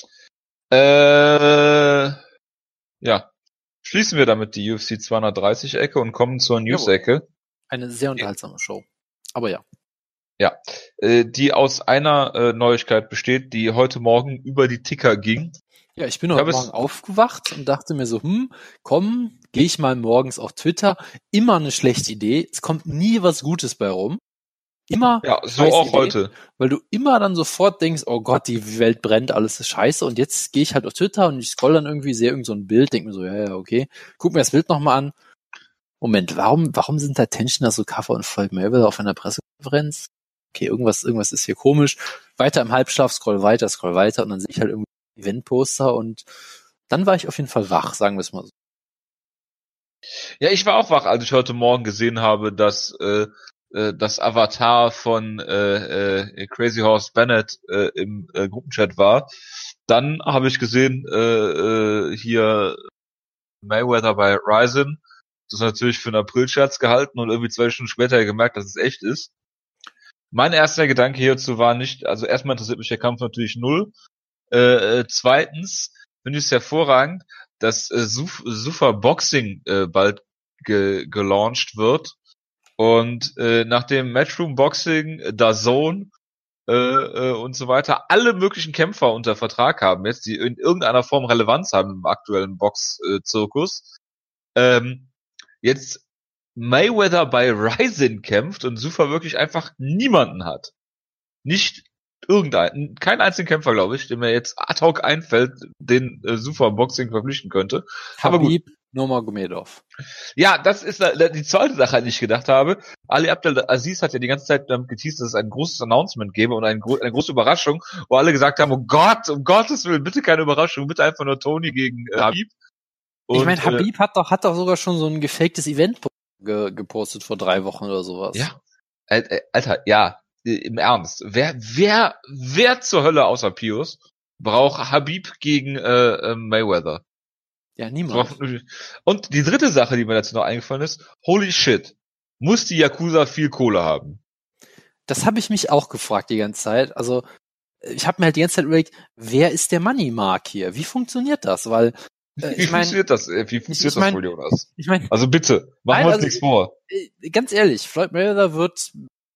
Ja. Schließen wir damit die UFC 230-Ecke und kommen zur News-Ecke. Eine sehr unterhaltsame Show. Aber ja. Ja. Die aus einer Neuigkeit besteht, die heute Morgen über die Ticker ging. Ja, ich bin heute Morgen aufgewacht und dachte mir so, komm, gehe ich mal morgens auf Twitter. Immer eine schlechte Idee. Es kommt nie was Gutes bei rum. Immer. Ja, so auch Idee, heute. Weil du immer dann sofort denkst, oh Gott, die Welt brennt, alles ist scheiße. Und jetzt gehe ich halt auf Twitter und ich scroll dann irgendwie, sehe irgend so ein Bild, denke mir so, ja, okay. Guck mir das Bild nochmal an. Moment, warum sind da Tensioner so Cover und Floyd Mayweather auf einer Pressekonferenz? Okay, irgendwas ist hier komisch. Weiter im Halbschlaf, scroll weiter und dann sehe ich halt irgendwie Eventposter und dann war ich auf jeden Fall wach, sagen wir es mal so. Ja, ich war auch wach, als ich heute Morgen gesehen habe, dass das Avatar von Crazy Horse Bennett im Gruppenchat war. Dann habe ich gesehen, hier Mayweather bei Ryzen. Das ist natürlich für einen Aprilscherz gehalten und irgendwie 2 Stunden später gemerkt, dass es echt ist. Mein erster Gedanke hierzu war nicht, also erstmal interessiert mich der Kampf natürlich null. Zweitens finde ich es hervorragend, dass Super Boxing bald gelauncht wird. Und nachdem Matchroom Boxing, DAZN und so weiter alle möglichen Kämpfer unter Vertrag haben jetzt, die in irgendeiner Form Relevanz haben im aktuellen Box-Zirkus, jetzt Mayweather bei Ryzen kämpft und Super wirklich einfach niemanden hat. Nicht keinen einzigen Kämpfer, glaube ich, dem mir jetzt ad hoc einfällt, den Super Boxing verpflichten könnte. Habib Nurmagomedov. Ja, das ist die zweite Sache, an die ich gedacht habe. Ali Abdelaziz hat ja die ganze Zeit damit geteased, dass es ein großes Announcement gäbe und eine große Überraschung, wo alle gesagt haben, oh Gott, um Gottes Willen, bitte keine Überraschung, bitte einfach nur Tony gegen Habib. Und, ich meine, Habib hat doch sogar schon so ein gefaktes Event gepostet vor 3 Wochen oder sowas. Ja, Alter, ja, im Ernst. Wer zur Hölle außer Pius braucht Habib gegen Mayweather? Ja, niemand. Und die dritte Sache, die mir dazu noch eingefallen ist, holy shit, muss die Yakuza viel Kohle haben? Das habe ich mich auch gefragt die ganze Zeit. Also, ich habe mir halt die ganze Zeit überlegt, wer ist der Money Mark hier? Wie funktioniert das? Weil Wie funktioniert das, Jonas? Ich meine, also bitte, machen wir uns nichts vor. Ganz ehrlich, Floyd Mayweather wird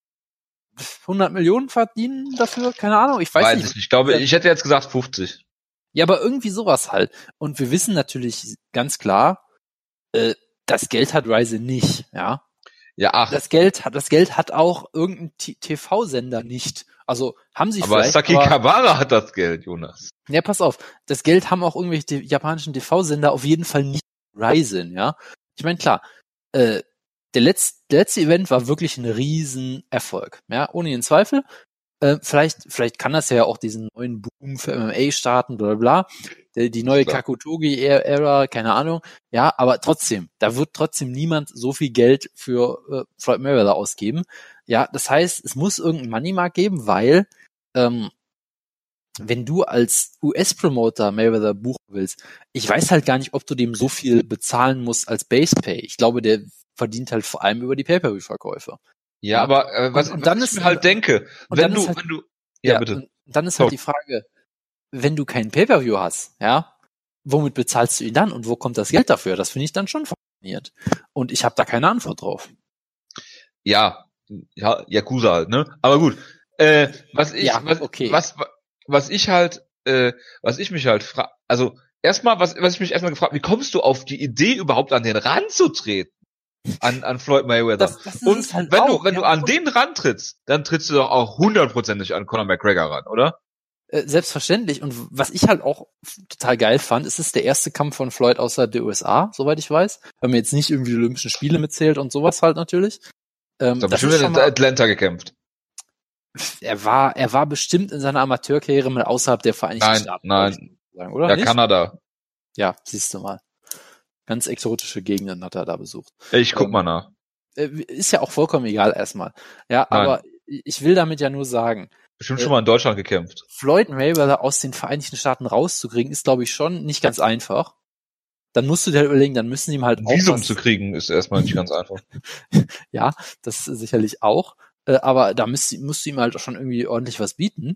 100 Millionen verdienen dafür? Keine Ahnung, ich weiß nicht. Ich glaube, ich hätte jetzt gesagt 50. Ja, aber irgendwie sowas halt. Und wir wissen natürlich ganz klar, das Geld hat Ryzen nicht, ja. Ja, ach. Das Geld hat auch irgendein TV-Sender nicht. Also haben sie aber vielleicht. Saki Kawara hat das Geld, Jonas. Ja, pass auf. Das Geld haben auch irgendwelche japanischen TV-Sender auf jeden Fall nicht Ryzen, ja. Ich meine, klar, der letzte Event war wirklich ein Riesenerfolg, ja, ohne jeden Zweifel. Vielleicht kann das ja auch diesen neuen Boom für MMA starten, bla bla bla. Die neue Kakutogi-Ära, keine Ahnung. Ja, aber trotzdem, da wird trotzdem niemand so viel Geld für Floyd Mayweather ausgeben. Ja, das heißt, es muss irgendeinen Moneymark geben, weil wenn du als US-Promoter Mayweather buchen willst, ich weiß halt gar nicht, ob du dem so viel bezahlen musst als Base Pay. Ich glaube, der verdient halt vor allem über die Pay-Per-View-Verkäufe. Ja, aber was ich mir halt denke, wenn du ja, bitte. Und dann ist halt die Frage, wenn du keinen Pay-Per-View hast, ja, womit bezahlst du ihn dann und wo kommt das Geld dafür? Das finde ich dann schon faszinierend. Und ich habe da keine Antwort drauf. Ja, Yakuza halt, ne? Aber gut, was ich mich halt frage, also erstmal, was ich mich erstmal gefragt, wie kommst du auf die Idee, überhaupt an den Rand zu treten? An Floyd Mayweather. Das ist Und es halt wenn auch, du an den rantrittst, dann trittst du doch auch 100%ig an Conor McGregor ran, oder? Selbstverständlich. Und was ich halt auch total geil fand, es ist der erste Kampf von Floyd außerhalb der USA, soweit ich weiß. Wenn man jetzt nicht irgendwie die Olympischen Spiele mitzählt und sowas halt natürlich. Da bestimmt in Atlanta gekämpft. Er war bestimmt in seiner Amateurkarriere mal außerhalb der Vereinigten Staaten. Nein. Sagen, oder? Ja, nicht? Kanada. Ja, siehst du mal. Ganz exotische Gegenden hat er da besucht. Ich guck mal nach. Ist ja auch vollkommen egal erstmal. Ja, Nein. aber ich will damit ja nur sagen, Bestimmt schon mal in Deutschland gekämpft. Floyd Mayweather aus den Vereinigten Staaten rauszukriegen, ist, glaube ich, schon nicht ganz einfach. Dann musst du dir halt überlegen, dann müssen ihm halt auch Visum zu kriegen, ist erstmal nicht ganz einfach. Ja, das sicherlich auch. Aber da musst du ihm halt schon irgendwie ordentlich was bieten.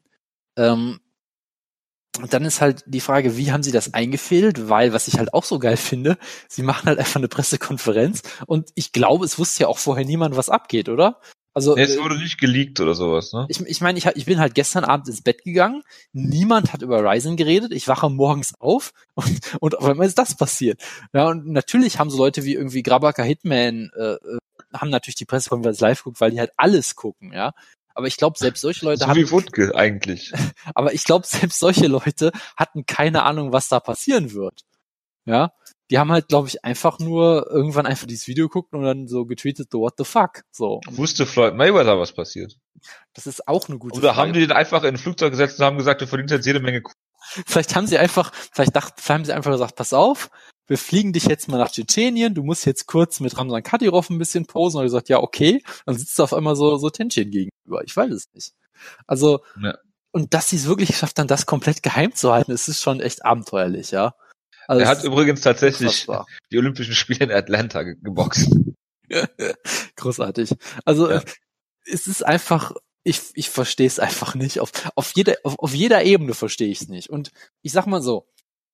Und dann ist halt die Frage, wie haben sie das eingefädelt? Weil, was ich halt auch so geil finde, sie machen halt einfach eine Pressekonferenz und ich glaube, es wusste ja auch vorher niemand, was abgeht, oder? Also Es wurde nicht geleakt oder sowas, ne? Ich meine, ich bin halt gestern Abend ins Bett gegangen, niemand hat über Ryzen geredet, ich wache morgens auf und auf einmal ist das passiert. Ja, und natürlich haben so Leute wie irgendwie Grabaka Hitman haben natürlich die Pressekonferenz live geguckt, weil die halt alles gucken, ja. Aber ich glaube, selbst solche Leute so wie Wutke eigentlich. Aber ich glaube, selbst solche Leute hatten keine Ahnung, was da passieren wird. Ja, die haben halt, glaube ich, einfach nur irgendwann einfach dieses Video geguckt und dann so getweetet, so what the fuck, so. Wusste Floyd Mayweather, was passiert? Das ist auch eine gute Oder Frage. haben die den einfach in ein Flugzeug gesetzt und haben gesagt, du verdienst jetzt jede Menge Kohle? Vielleicht haben sie einfach gesagt, pass auf, wir fliegen dich jetzt mal nach Tschetschenien, du musst jetzt kurz mit Ramzan Kadyrov ein bisschen posen. Und er sagt, ja, okay. Dann sitzt du auf einmal so Tenshin gegenüber. Ich weiß es nicht. Also, ja. Und dass sie es wirklich geschafft haben, das komplett geheim zu halten, ist schon echt abenteuerlich, ja. Also er hat übrigens tatsächlich unfassbar. die Olympischen Spiele in Atlanta geboxt. Großartig. Also, ja. Es ist einfach, ich verstehe es einfach nicht. Auf jeder Ebene verstehe ich es nicht. Und ich sag mal so,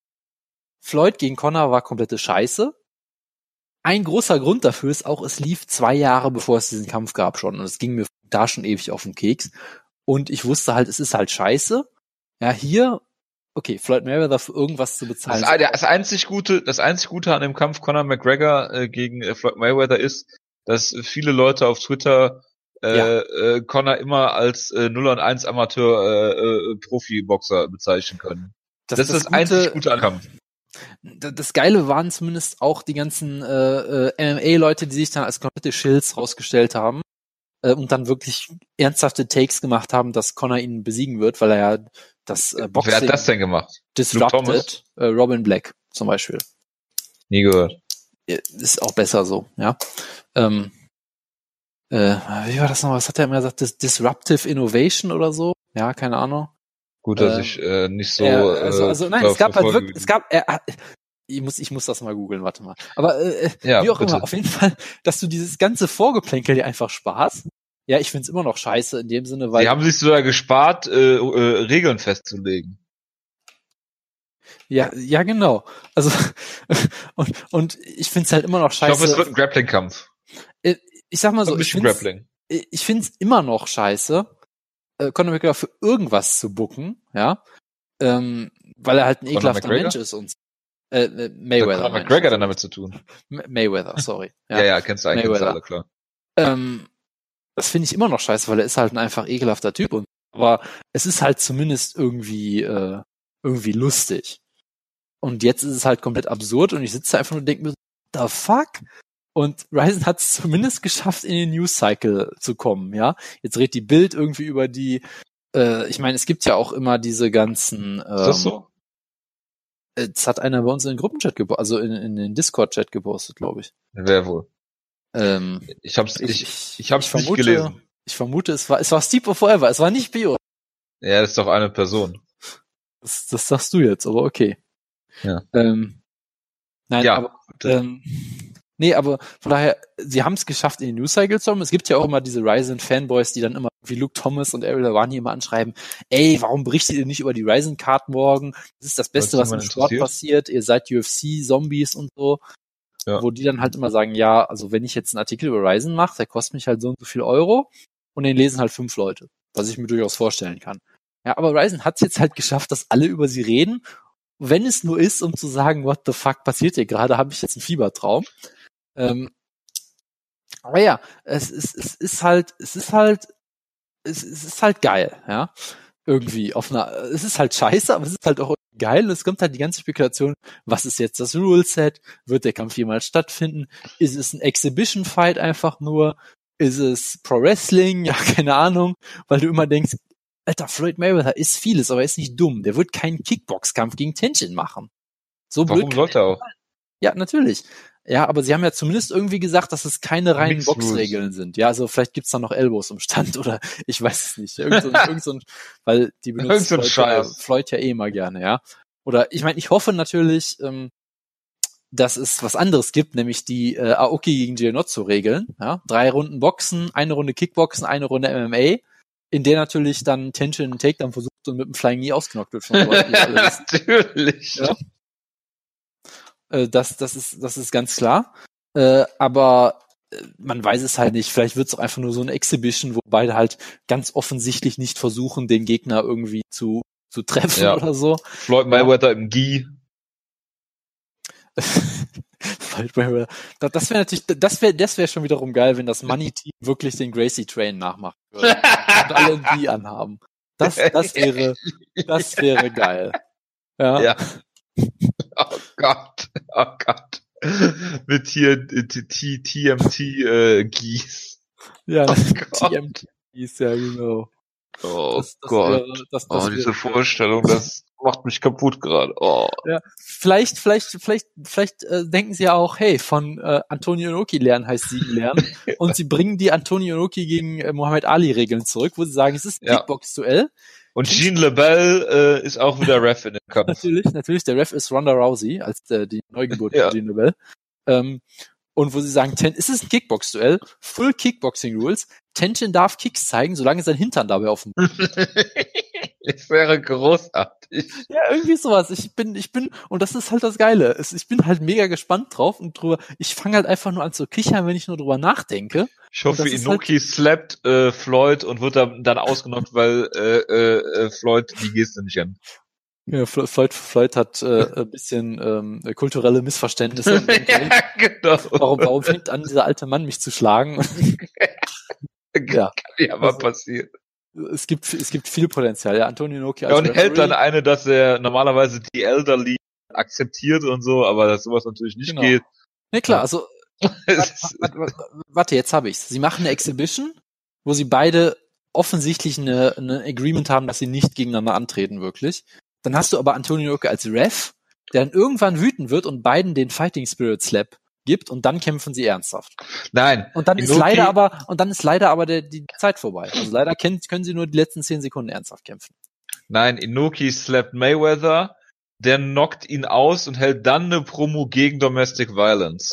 Floyd gegen Conor war komplette Scheiße. Ein großer Grund dafür ist auch, es lief 2 Jahre, bevor es diesen Kampf gab schon. Und es ging mir da schon ewig auf den Keks. Und ich wusste halt, es ist halt scheiße. Ja, hier, okay, Floyd Mayweather für irgendwas zu bezahlen. Das einzig Gute an dem Kampf Conor McGregor gegen Floyd Mayweather ist, dass viele Leute auf Twitter Conor immer als 0-1 Amateur Profiboxer bezeichnen können. Das ist das einzig Gute an Kampf. Das Geile waren zumindest auch die ganzen MMA-Leute, die sich dann als komplette Shills rausgestellt haben und dann wirklich ernsthafte Takes gemacht haben, dass Conor ihn besiegen wird, weil er ja das Boxing... Wer hat das denn gemacht? Disrupted. Robin Black zum Beispiel. Nie gehört. Ist auch besser so, ja. Wie war das noch? Was hat er immer gesagt? Disruptive Innovation oder so? Ja, keine Ahnung. Gut, dass ich nicht so. Nein, es gab halt wirklich, ich muss das mal googeln, warte mal. Aber wie auch immer, auf jeden Fall, dass du dieses ganze Vorgeplänkel dir einfach sparst. Ja, ich find's immer noch scheiße in dem Sinne, weil. Sie haben sich sogar gespart, Regeln festzulegen. Ja, genau. Also und ich find's halt immer noch scheiße. Ich hoffe, es wird ein Grappling-Kampf. Ich sag mal so, ich find's immer noch scheiße, Conor McGregor für irgendwas zu booken, ja, weil er halt ein ekelhafter Mensch ist und Mayweather. Conor McGregor dann damit zu tun? Mayweather, sorry. Ja, kennst du eigentlich alle, klar. Das finde ich immer noch scheiße, weil er ist halt ein einfach ekelhafter Typ aber es ist halt zumindest irgendwie lustig. Und jetzt ist es halt komplett absurd und ich sitze einfach nur und denke mir, the fuck? Und Ryzen hat es zumindest geschafft, in den News-Cycle zu kommen, ja. Jetzt redet die Bild irgendwie über die, ich meine, es gibt ja auch immer diese ganzen, ist das so? Das hat einer bei uns in den Gruppenchat gepostet, also in den Discord-Chat gepostet, glaube ich. Wer wohl? Ich hab's nicht gelesen. Ich vermute, es war Steve Forever, es war nicht Bio. Ja, das ist doch eine Person. Das sagst du jetzt, aber okay. Ja. Nein, ja, aber nee, aber von daher, sie haben es geschafft, in den News-Cycle zu kommen. Es gibt ja auch immer diese Ryzen-Fanboys, die dann immer wie Luke Thomas und Ariel Helwani immer anschreiben, ey, warum berichtet ihr nicht über die Ryzen-Card morgen? Das ist das Beste, was im Sport passiert. Ihr seid UFC-Zombies und so. Ja. Wo die dann halt immer sagen, ja, also wenn ich jetzt einen Artikel über Ryzen mache, der kostet mich halt so und so viel Euro und den lesen halt 5 Leute, was ich mir durchaus vorstellen kann. Ja, aber Ryzen hat es jetzt halt geschafft, dass alle über sie reden wenn es nur ist, um zu sagen, what the fuck passiert hier gerade, habe ich jetzt einen Fiebertraum. Aber ja, es ist halt geil, ja. Irgendwie es ist halt scheiße, aber es ist halt auch geil und es kommt halt die ganze Spekulation, was ist jetzt das Ruleset? Wird der Kampf jemals stattfinden? Ist es ein Exhibition-Fight einfach nur? Ist es Pro Wrestling? Ja, keine Ahnung, weil du immer denkst, Alter, Floyd Mayweather ist vieles, aber er ist nicht dumm. Der wird keinen Kickbox-Kampf gegen Tenshin machen. So Warum sollte er auch? Ja, natürlich. Ja, aber sie haben ja zumindest irgendwie gesagt, dass es keine reinen Mixed Boxregeln sind. Ja, also vielleicht gibt's da noch Elbows im Stand oder ich weiß es nicht. Weil die benutzen Floyd ja eh immer gerne, ja. Oder ich meine, ich hoffe natürlich, dass es was anderes gibt, nämlich die Aoki gegen Gianozzo-Regeln. Ja? 3 Runden Boxen, 1 Runde Kickboxen, 1 Runde MMA, in der natürlich dann Tenshin einen Takedown versucht und mit dem Flying Knee ausgenockt wird. Von Natürlich. Ja? Das ist ganz klar. Aber man weiß es halt nicht. Vielleicht wird es auch einfach nur so eine Exhibition, wo beide halt ganz offensichtlich nicht versuchen, den Gegner irgendwie zu treffen oder so. Floyd Mayweather im Gi. Das wäre natürlich, das wäre schon wiederum geil, wenn das Money Team wirklich den Gracie Train nachmachen würde und alle ein Gi anhaben. Das wäre geil. Ja. Oh Gott. Mit hier TMT Gis. Ja, TMT Gis, ja, genau. Oh Gott. Diese Vorstellung, das macht mich kaputt gerade. Oh. Ja, vielleicht denken sie ja auch, hey, von Antonio Inoki lernen heißt siegen lernen. Und sie bringen die Antonio Inoki gegen Muhammad Ali Regeln zurück, wo sie sagen, es ist ein Kickbox-Duell. Und Jean LaBelle ist auch wieder Ref in dem Kampf. Natürlich, der Ref ist Ronda Rousey, als die Neugeburt von Jean LaBelle. Und wo sie sagen, es ist ein Kickbox-Duell, Full Kickboxing Rules, Tenshin darf Kicks zeigen, solange sein Hintern dabei auf dem Das wäre großartig. Ja, irgendwie sowas. Ich bin, und das ist halt das Geile. Ich bin halt mega gespannt drauf und ich fange halt einfach nur an zu kichern, wenn ich nur drüber nachdenke. Ich hoffe, Inoki slappt Floyd und wird dann ausgenockt, weil Floyd die Geste nicht kennt. Ja, Floyd hat ein bisschen kulturelle Missverständnisse. Ja, genau. Warum fängt an, dieser alte Mann mich zu schlagen? Ja. Kann ja mal passieren. Es gibt viel Potenzial. Ja, Antonio Inoki als und Referee hält dann eine, dass er normalerweise die Elderly akzeptiert und so, aber dass sowas natürlich nicht geht. Ne, klar, also warte, jetzt habe ich's. Sie machen eine Exhibition, wo sie beide offensichtlich eine Agreement haben, dass sie nicht gegeneinander antreten, wirklich. Dann hast du aber Antonio Inoki als Ref, der dann irgendwann wütend wird und beiden den Fighting Spirit Slap gibt und dann kämpfen sie ernsthaft. Nein. Und dann ist leider aber die Zeit vorbei. Also leider können sie nur die letzten 10 Sekunden ernsthaft kämpfen. Nein, Inoki slappt Mayweather, der knockt ihn aus und hält dann eine Promo gegen Domestic Violence.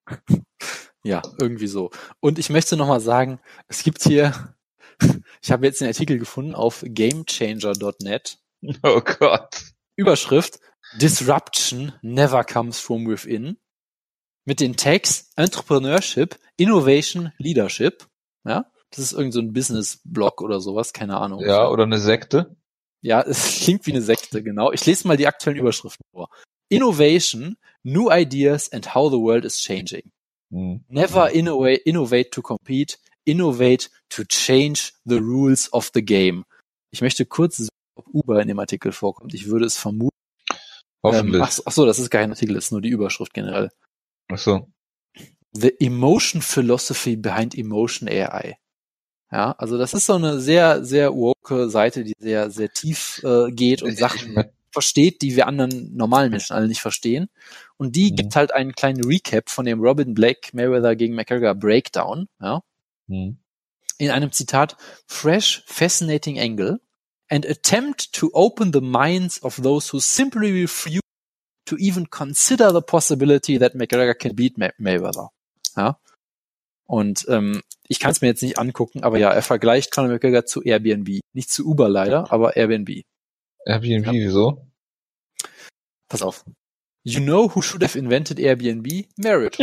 Ja, irgendwie so. Und ich möchte nochmal sagen, es gibt hier, ich habe jetzt den Artikel gefunden auf gamechanger.net. Oh Gott. Überschrift: Disruption never comes from within. Mit den Tags Entrepreneurship, Innovation, Leadership. Ja, das ist irgend so ein Business-Blog oder sowas, keine Ahnung. Ja, oder eine Sekte. Ja, es klingt wie eine Sekte, genau. Ich lese mal die aktuellen Überschriften vor. Innovation, New Ideas and how the world is changing. Never innovate to compete, innovate to change the rules of the game. Ich möchte kurz sehen, ob Uber in dem Artikel vorkommt. Ich würde es vermuten. Hoffentlich. Ach so, das ist kein Artikel, das ist nur die Überschrift generell. Ach so. The Emotion Philosophy behind Emotion AI. Ja, also das ist so eine sehr, sehr woke Seite, die sehr, sehr tief geht und Sachen versteht, die wir anderen normalen Menschen alle nicht verstehen. Und die gibt halt einen kleinen Recap von dem Robin Blake Mayweather gegen McGregor Breakdown. Ja. In einem Zitat: Fresh, fascinating angle and attempt to open the minds of those who simply refuse to even consider the possibility that McGregor can beat Mayweather. Ja. Und ich kann es mir jetzt nicht angucken, aber ja, er vergleicht Conor McGregor zu Airbnb. Nicht zu Uber leider, aber Airbnb. Airbnb, wieso? Pass auf. You know who should have invented Airbnb? Marriott.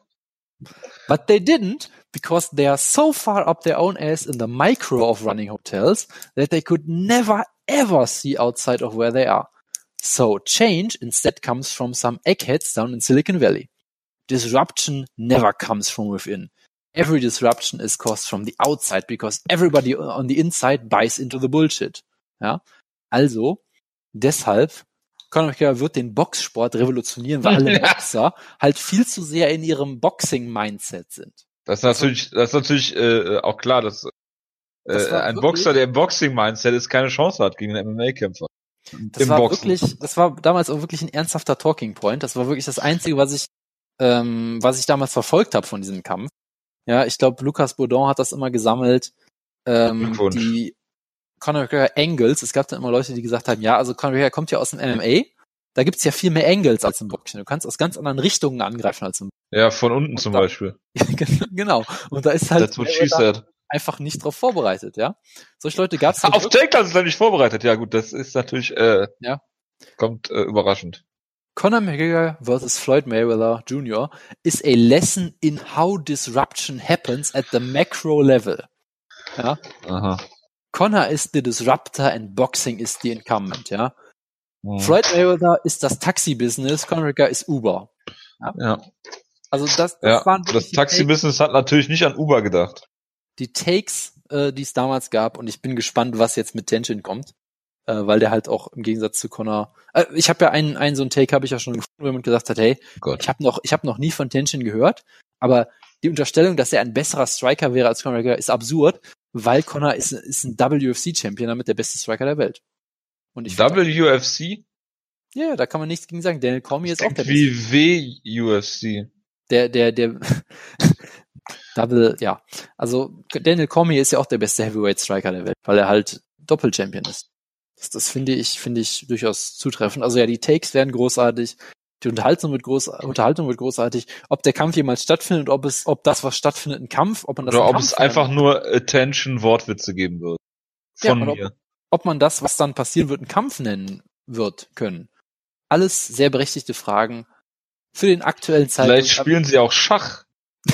But they didn't, because they are so far up their own ass in the micro of running hotels that they could never ever see outside of where they are. So change instead comes from some eggheads down in Silicon Valley. Disruption never comes from within. Every disruption is caused from the outside because everybody on the inside buys into the bullshit. Ja, also deshalb Conor McGregor wird den Boxsport revolutionieren, weil alle Boxer halt viel zu sehr in ihrem Boxing-Mindset sind. Das ist natürlich auch klar, dass ein Boxer, der im Boxing-Mindset ist, keine Chance hat gegen einen MMA-Kämpfer. Das war damals auch wirklich ein ernsthafter Talking Point. Das war wirklich das Einzige, was ich damals verfolgt habe von diesem Kampf. Ja, ich glaube, Lucas Bourdon hat das immer gesammelt. Die Conor McGregor Angles. Es gab dann immer Leute, die gesagt haben, ja, also Conor McGregor kommt ja aus dem MMA. Da gibt's ja viel mehr Angles als im Boxen. Du kannst aus ganz anderen Richtungen angreifen als im Boxen. Ja, von unten zum Beispiel. Genau. Und da ist halt einfach nicht drauf vorbereitet, ja. Solche Leute gab's auf Takedowns ist er nicht vorbereitet. Ja gut, das ist natürlich kommt überraschend. Conor McGregor versus Floyd Mayweather Jr. is a lesson in how disruption happens at the macro level. Ja. Aha. Conor is the disruptor and boxing is the incumbent, ja. Floyd Mayweather ist das Taxi-Business, Conor McGregor ist Uber. Ja. Also das waren das Taxi-Business hat natürlich nicht an Uber gedacht. Die Takes, die es damals gab, und ich bin gespannt, was jetzt mit Tenshin kommt, weil der halt auch im Gegensatz zu Conor, ich habe ja einen so einen Take habe ich ja schon gefunden, wo jemand gesagt hat, hey, ich habe noch nie von Tenshin gehört, aber die Unterstellung, dass er ein besserer Striker wäre als Conor McGregor, ist absurd, weil Conor ist ein WFC-Champion, damit der beste Striker der Welt. Und ich WFC? Ja, da kann man nichts gegen sagen. Daniel Cormier ist auch der beste. Wie WUFC. Der Double, ja. Also Daniel Cormier ist ja auch der beste Heavyweight Striker der Welt, weil er halt Doppel-Champion ist. Das finde ich durchaus zutreffend. Also ja, die Takes werden großartig, die Unterhaltung wird großartig. Ob der Kampf jemals stattfindet, ob das, was stattfindet, ein Kampf, ob man das oder ob es einfach nur Attention Wortwitze geben wird. Von mir. Ob man das, was dann passieren wird, einen Kampf nennen wird können. Alles sehr berechtigte Fragen für den aktuellen Zeitpunkt. Vielleicht spielen sie auch Schach.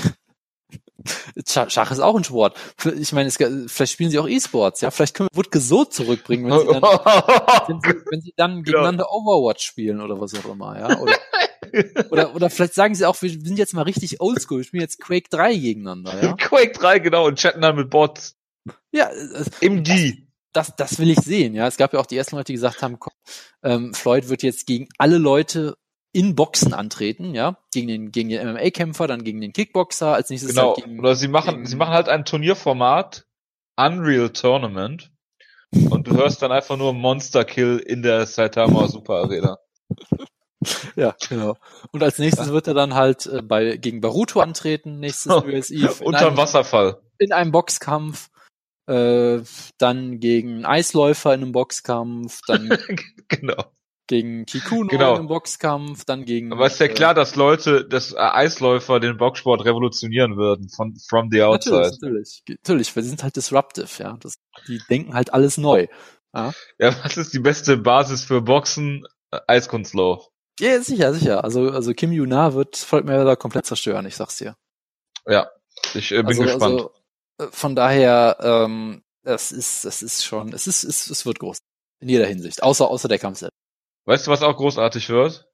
Schach ist auch ein Sport. Ich meine, vielleicht spielen sie auch E-Sports. Ja, vielleicht können wir Wutke so zurückbringen, wenn sie dann gegeneinander Overwatch spielen oder was auch immer. Ja, oder vielleicht sagen sie auch, wir sind jetzt mal richtig oldschool. Wir spielen jetzt Quake 3 gegeneinander. Ja? Quake 3, genau, und chatten dann mit Bots. Ja, im D. Das will ich sehen, ja. Es gab ja auch die ersten Leute, die gesagt haben, Floyd wird jetzt gegen alle Leute in Boxen antreten, ja. Gegen den MMA-Kämpfer, dann gegen den Kickboxer, als nächstes genau. Halt gegen, oder sie machen halt ein Turnierformat, Unreal Tournament, und du hörst dann einfach nur Monster Kill in der Saitama Super Arena. Ja, genau. Und als nächstes wird er dann halt gegen Baruto antreten, nächstes USI. Unterm Wasserfall. In einem Boxkampf. Dann gegen Eisläufer in einem Boxkampf, dann genau. gegen Kikuno in einem Boxkampf, dann gegen... Aber ist ja klar, dass Eisläufer den Boxsport revolutionieren würden, from the outside. Natürlich, weil sie sind halt disruptive, ja. Die denken halt alles neu. Ja, was ist die beste Basis für Boxen? Eiskunstlauf. Ja, sicher. Also Kim Yu-Na wird Floyd Mayweather komplett zerstören, ich sag's dir. Ja, ich bin gespannt. Also, von daher, es wird groß. In jeder Hinsicht. Außer der Kampf selbst. Weißt du, was auch großartig wird?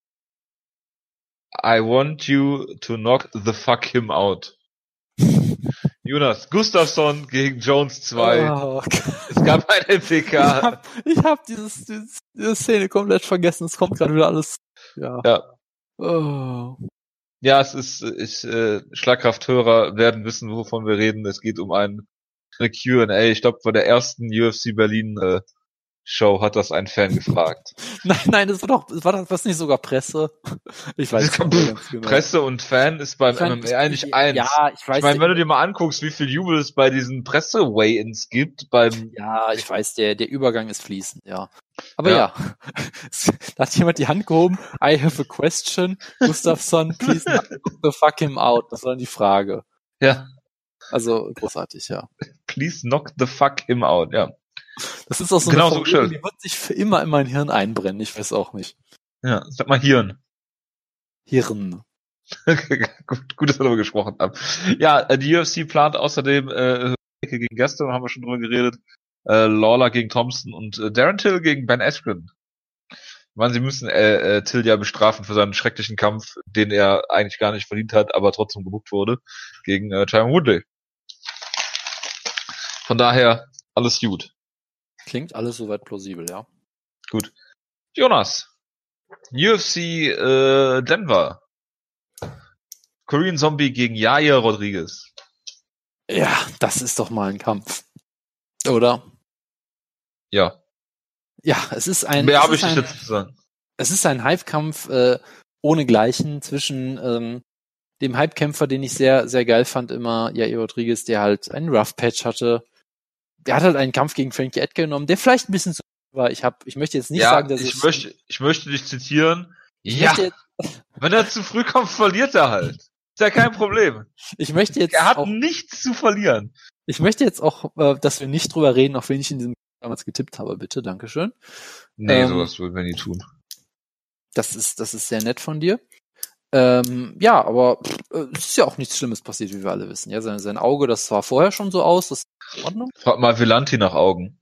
I want you to knock the fuck him out. Jonas, Gustafsson gegen Jones 2. Oh, es gab ein FPK. Ich hab diese Szene komplett vergessen. Es kommt gerade wieder alles. Ja. Oh. Ja, Schlagkrafthörer werden wissen, wovon wir reden. Es geht um eine Q&A. Ich glaube, bei der ersten UFC Berlin Show hat das ein Fan gefragt. Nein, war das nicht sogar Presse? Ich weiß nicht ganz genau. Presse und Fan ist beim MMA eigentlich eins. Ja, ich weiß. Ich meine, wenn du dir mal anguckst, wie viel Jubel es bei diesen Presse-Weigh-ins gibt, Ja, ich weiß, der Übergang ist fließend, ja. Aber ja. Da hat jemand die Hand gehoben. I have a question. Gustafsson, please knock the fuck him out. Das war dann die Frage. Ja. Also, großartig, ja. Please knock the fuck him out, ja. Das ist auch so genau eine so schön. Die wird sich für immer in mein Hirn einbrennen. Ich weiß auch nicht. Ja, sag mal Hirn. Hirn. Gut, dass wir darüber gesprochen haben. Ja, die UFC plant außerdem gegen Gaston, haben wir schon drüber geredet, Lawler gegen Thompson und Darren Till gegen Ben Askren. Man, sie müssen Till ja bestrafen für seinen schrecklichen Kampf, den er eigentlich gar nicht verdient hat, aber trotzdem gebuckt wurde, gegen Tyron Woodley. Von daher, alles gut. Klingt alles soweit plausibel, ja. Gut. Jonas. UFC Denver. Korean Zombie gegen Yair Rodriguez. Ja, das ist doch mal ein Kampf. Oder? Ja. Ja, es ist ein... Mehr habe ich nicht dazu zu sagen. Es ist ein Hype-Kampf ohnegleichen zwischen dem Hype-Kämpfer, den ich sehr, sehr geil fand immer, Yair Rodriguez, der halt einen Rough-Patch hatte. Der hat halt einen Kampf gegen Frankie Edgar genommen, der vielleicht ein bisschen zu war. Ich möchte jetzt nicht sagen, dass ich möchte dich zitieren. Wenn er zu früh kommt, verliert er halt. Ist ja kein Problem. Er hat nichts zu verlieren. Ich möchte jetzt auch, dass wir nicht drüber reden, auch wenn ich in diesem damals getippt habe, bitte. Dankeschön. Nee, sowas würden wir nie tun. Das ist sehr nett von dir. Ja, aber es ist ja auch nichts Schlimmes passiert, wie wir alle wissen. Ja, sein Auge, das sah vorher schon so aus, das ist in Ordnung. Frag mal Villanti nach Augen.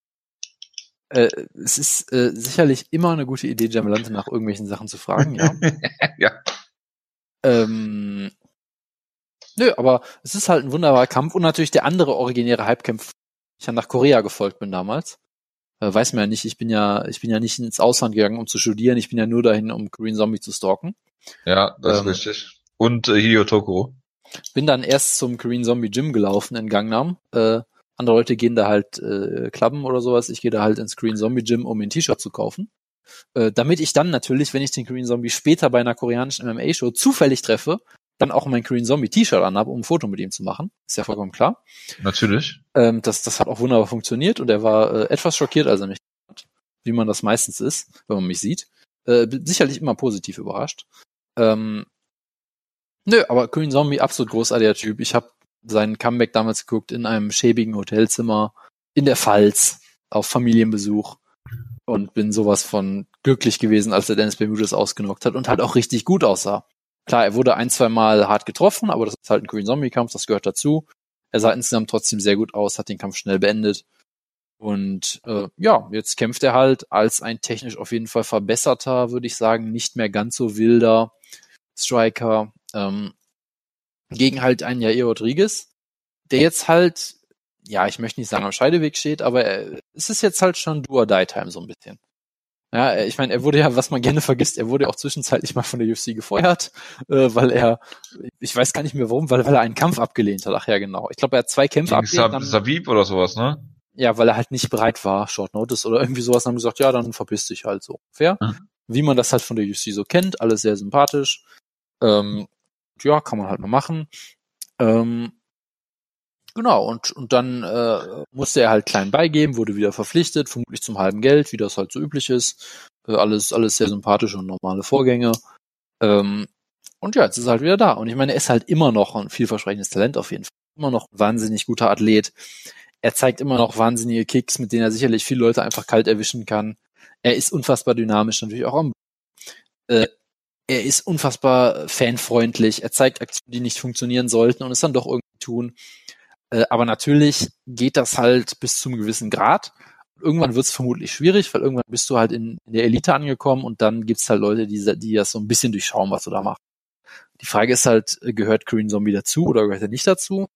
Es ist sicherlich immer eine gute Idee, Jamelante nach irgendwelchen Sachen zu fragen, ja. Ja. Nö, aber es ist halt ein wunderbarer Kampf und natürlich der andere originäre Hype-Kampf, ich ja nach Korea gefolgt bin damals. Weiß man ja nicht, ich bin ja nicht ins Ausland gegangen, um zu studieren, ich bin ja nur dahin, um Korean Zombie zu stalken. Ja, das ist richtig. Und Hideo Tokoro. Bin dann erst zum Korean Zombie Gym gelaufen in Gangnam. Andere Leute gehen da halt clubben oder sowas. Ich gehe da halt ins Korean Zombie Gym, um mir ein T-Shirt zu kaufen. Damit ich dann natürlich, wenn ich den Korean Zombie später bei einer koreanischen MMA-Show zufällig treffe, dann auch mein Korean Zombie T-Shirt anhabe, um ein Foto mit ihm zu machen. Ist ja vollkommen klar. Natürlich. Das hat auch wunderbar funktioniert und er war etwas schockiert, als er mich hat, wie man das meistens ist, wenn man mich sieht. Sicherlich immer positiv überrascht. Nö, aber Korean Zombie, absolut großartiger Typ. Ich habe seinen Comeback damals geguckt in einem schäbigen Hotelzimmer in der Pfalz auf Familienbesuch und bin sowas von glücklich gewesen, als er Dennis Bermudez ausgenockt hat und halt auch richtig gut aussah. Klar, er wurde 1-2 Mal hart getroffen, aber das ist halt ein Korean Zombie Kampf, das gehört dazu. Er sah insgesamt trotzdem sehr gut aus, hat den Kampf schnell beendet. Und ja, jetzt kämpft er halt als ein technisch auf jeden Fall verbesserter, würde ich sagen, nicht mehr ganz so wilder Striker, gegen halt einen Yair Rodriguez, der jetzt halt, ja, ich möchte nicht sagen am Scheideweg steht, aber es ist jetzt halt schon Do-or-Die-Time so ein bisschen. Ja, ich meine, er wurde ja, was man gerne vergisst, er wurde auch zwischenzeitlich mal von der UFC gefeuert, weil er, ich weiß gar nicht mehr warum, weil er einen Kampf abgelehnt hat. Ach ja, genau. Ich glaube, er hat 2 Kämpfe abgelehnt. Sabib oder sowas, ne? Ja, weil er halt nicht bereit war, Short Notice oder irgendwie sowas, und haben gesagt, ja, dann verpiss dich halt so. Fair. Wie man das halt von der UFC so kennt, alles sehr sympathisch. Ja, kann man halt mal machen. Genau, und dann musste er halt klein beigeben, wurde wieder verpflichtet, vermutlich zum halben Geld, wie das halt so üblich ist. Alles sehr sympathische und normale Vorgänge. Und ja, jetzt ist er halt wieder da. Und ich meine, er ist halt immer noch ein vielversprechendes Talent auf jeden Fall. Immer noch ein wahnsinnig guter Athlet. Er zeigt immer noch wahnsinnige Kicks, mit denen er sicherlich viele Leute einfach kalt erwischen kann. Er ist unfassbar dynamisch, natürlich auch am Er ist unfassbar fanfreundlich. Er zeigt Aktionen, die nicht funktionieren sollten und es dann doch irgendwie tun. Aber natürlich geht das halt bis zu einem gewissen Grad. Irgendwann wird es vermutlich schwierig, weil irgendwann bist du halt in der Elite angekommen und dann gibt's halt Leute, die das so ein bisschen durchschauen, was du da machst. Die Frage ist halt, gehört Korean Zombie dazu oder gehört er nicht dazu?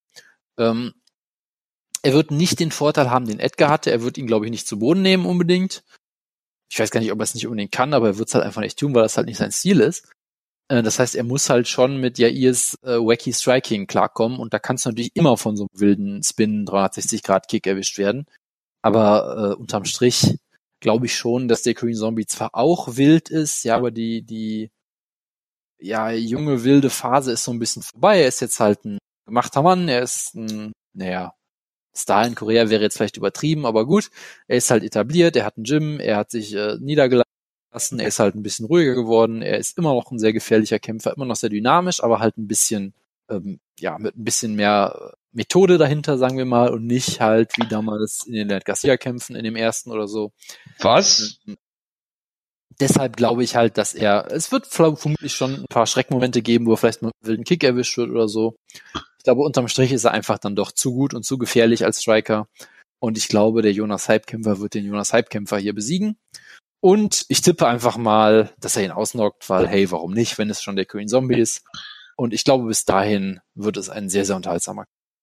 Er wird nicht den Vorteil haben, den Edgar hatte. Er wird ihn, glaube ich, nicht zu Boden nehmen unbedingt. Ich weiß gar nicht, ob er es nicht unbedingt kann, aber er wird es halt einfach nicht tun, weil das halt nicht sein Stil ist. Das heißt, er muss halt schon mit Yairs wacky Striking klarkommen und da kannst du natürlich immer von so einem wilden Spin 360-Grad-Kick erwischt werden. Aber unterm Strich glaube ich schon, dass der Korean Zombie zwar auch wild ist, ja, aber die junge wilde Phase ist so ein bisschen vorbei. Er ist jetzt halt ein gemachter Mann, er ist ein, Star in Korea wäre jetzt vielleicht übertrieben, aber gut, er ist halt etabliert, er hat ein Gym, er hat sich niedergelassen, er ist halt ein bisschen ruhiger geworden, er ist immer noch ein sehr gefährlicher Kämpfer, immer noch sehr dynamisch, aber halt ein bisschen, mit ein bisschen mehr Methode dahinter, sagen wir mal, und nicht halt wie damals in den Leonard Garcia-Kämpfen in dem ersten oder so. Was? Deshalb glaube ich halt, dass es wird vermutlich schon ein paar Schreckmomente geben, wo er vielleicht mal einen wilden Kick erwischt wird oder so. Ich glaube, unterm Strich ist er einfach dann doch zu gut und zu gefährlich als Striker. Und ich glaube, der Jonas Hype-Kämpfer wird den Jonas Hype-Kämpfer hier besiegen. Und ich tippe einfach mal, dass er ihn ausnockt, weil, hey, warum nicht, wenn es schon der Korean Zombie ist. Und ich glaube, bis dahin wird es ein sehr, sehr unterhaltsamer.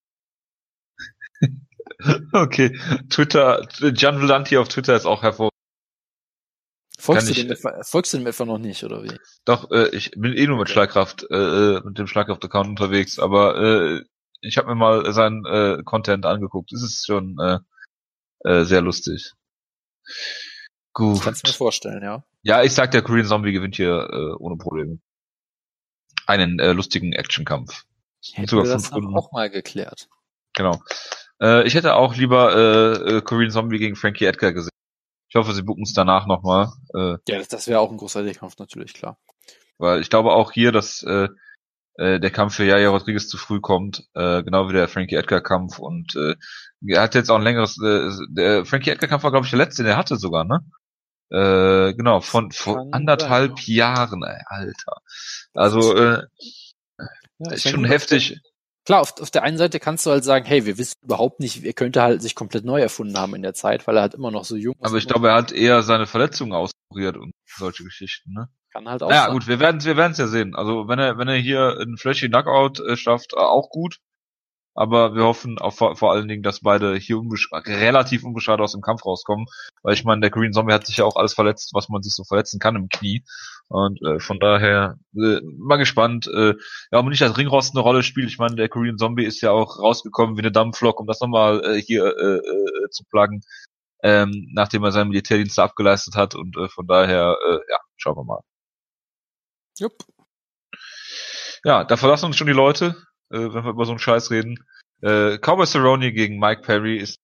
Okay, Twitter, Gian Villanti auf Twitter ist auch hervorragend. Folgst du dem etwa noch nicht, oder wie? Doch, ich bin nur mit Schlagkraft, mit dem Schlagkraft-Account unterwegs, aber ich habe mir mal seinen Content angeguckt. Es ist schon sehr lustig. Gut. Kannst du mir vorstellen, ja. Ja, ich sag, der Korean Zombie gewinnt hier ohne Probleme. Einen lustigen Actionkampf. Hätten wir das auch mal geklärt. Genau. Ich hätte auch lieber Korean Zombie gegen Frankie Edgar gesehen. Ich hoffe, sie booken es danach nochmal. Ja, das wäre auch ein großartiger Kampf, natürlich, klar. Weil ich glaube auch hier, dass der Kampf für Yaya Rodriguez zu früh kommt, genau wie der Frankie Edgar Kampf, und er hat jetzt auch ein längeres, der Frankie Edgar Kampf war, glaube ich, der letzte, den er hatte sogar, ne? Genau, vor 1,5 Jahren, ey, Alter. Also, ist schon heftig. Klar, auf der einen Seite kannst du halt sagen, hey, wir wissen überhaupt nicht, er könnte halt sich komplett neu erfunden haben in der Zeit, weil er halt immer noch so jung ist. Aber ich glaube, er hat eher seine Verletzungen auskuriert und solche Geschichten, ne? Kann halt auch sein. Gut, wir werden's ja sehen. Also, wenn er hier einen flashy Knockout schafft, auch gut. Aber wir hoffen auch vor allen Dingen, dass beide hier relativ unbeschadet aus dem Kampf rauskommen. Weil ich meine, der Korean Zombie hat sich ja auch alles verletzt, was man sich so verletzen kann im Knie. Und von daher mal gespannt. Ja, ob nicht das Ringrost eine Rolle spielt. Ich meine, der Korean Zombie ist ja auch rausgekommen wie eine Dampflok, um das nochmal hier zu pluggen, nachdem er seinen Militärdienst abgeleistet hat. Und von daher, ja, schauen wir mal. Jupp. Ja, da verlassen uns schon die Leute, wenn wir über so einen Scheiß reden. Cowboy Cerrone gegen Mike Perry ist,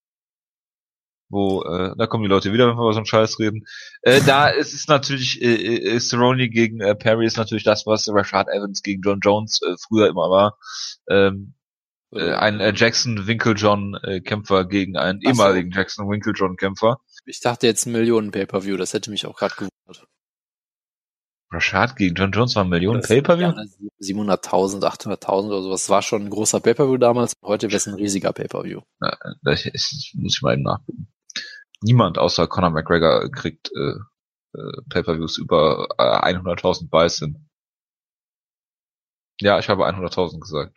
da kommen die Leute wieder, wenn wir über so einen Scheiß reden. Da ist es natürlich, Cerrone gegen Perry ist natürlich das, was Rashad Evans gegen John Jones früher immer war. Ein Jackson Winklejohn Kämpfer gegen einen ehemaligen Jackson Winklejohn Kämpfer. Ich dachte jetzt Millionen Pay-Per-View, das hätte mich auch gerade gewundert. Rashad gegen John Jones war Millionen Pay-Per-View? 700.000, 800.000 oder sowas. Das war schon ein großer Pay-Per-View damals. Heute wäre es ein riesiger Pay-Per-View. Ja, das muss ich mal eben nachgucken. Niemand außer Conor McGregor kriegt Pay-Per-Views über 100.000 Buys hin. Ja, ich habe 100.000 gesagt.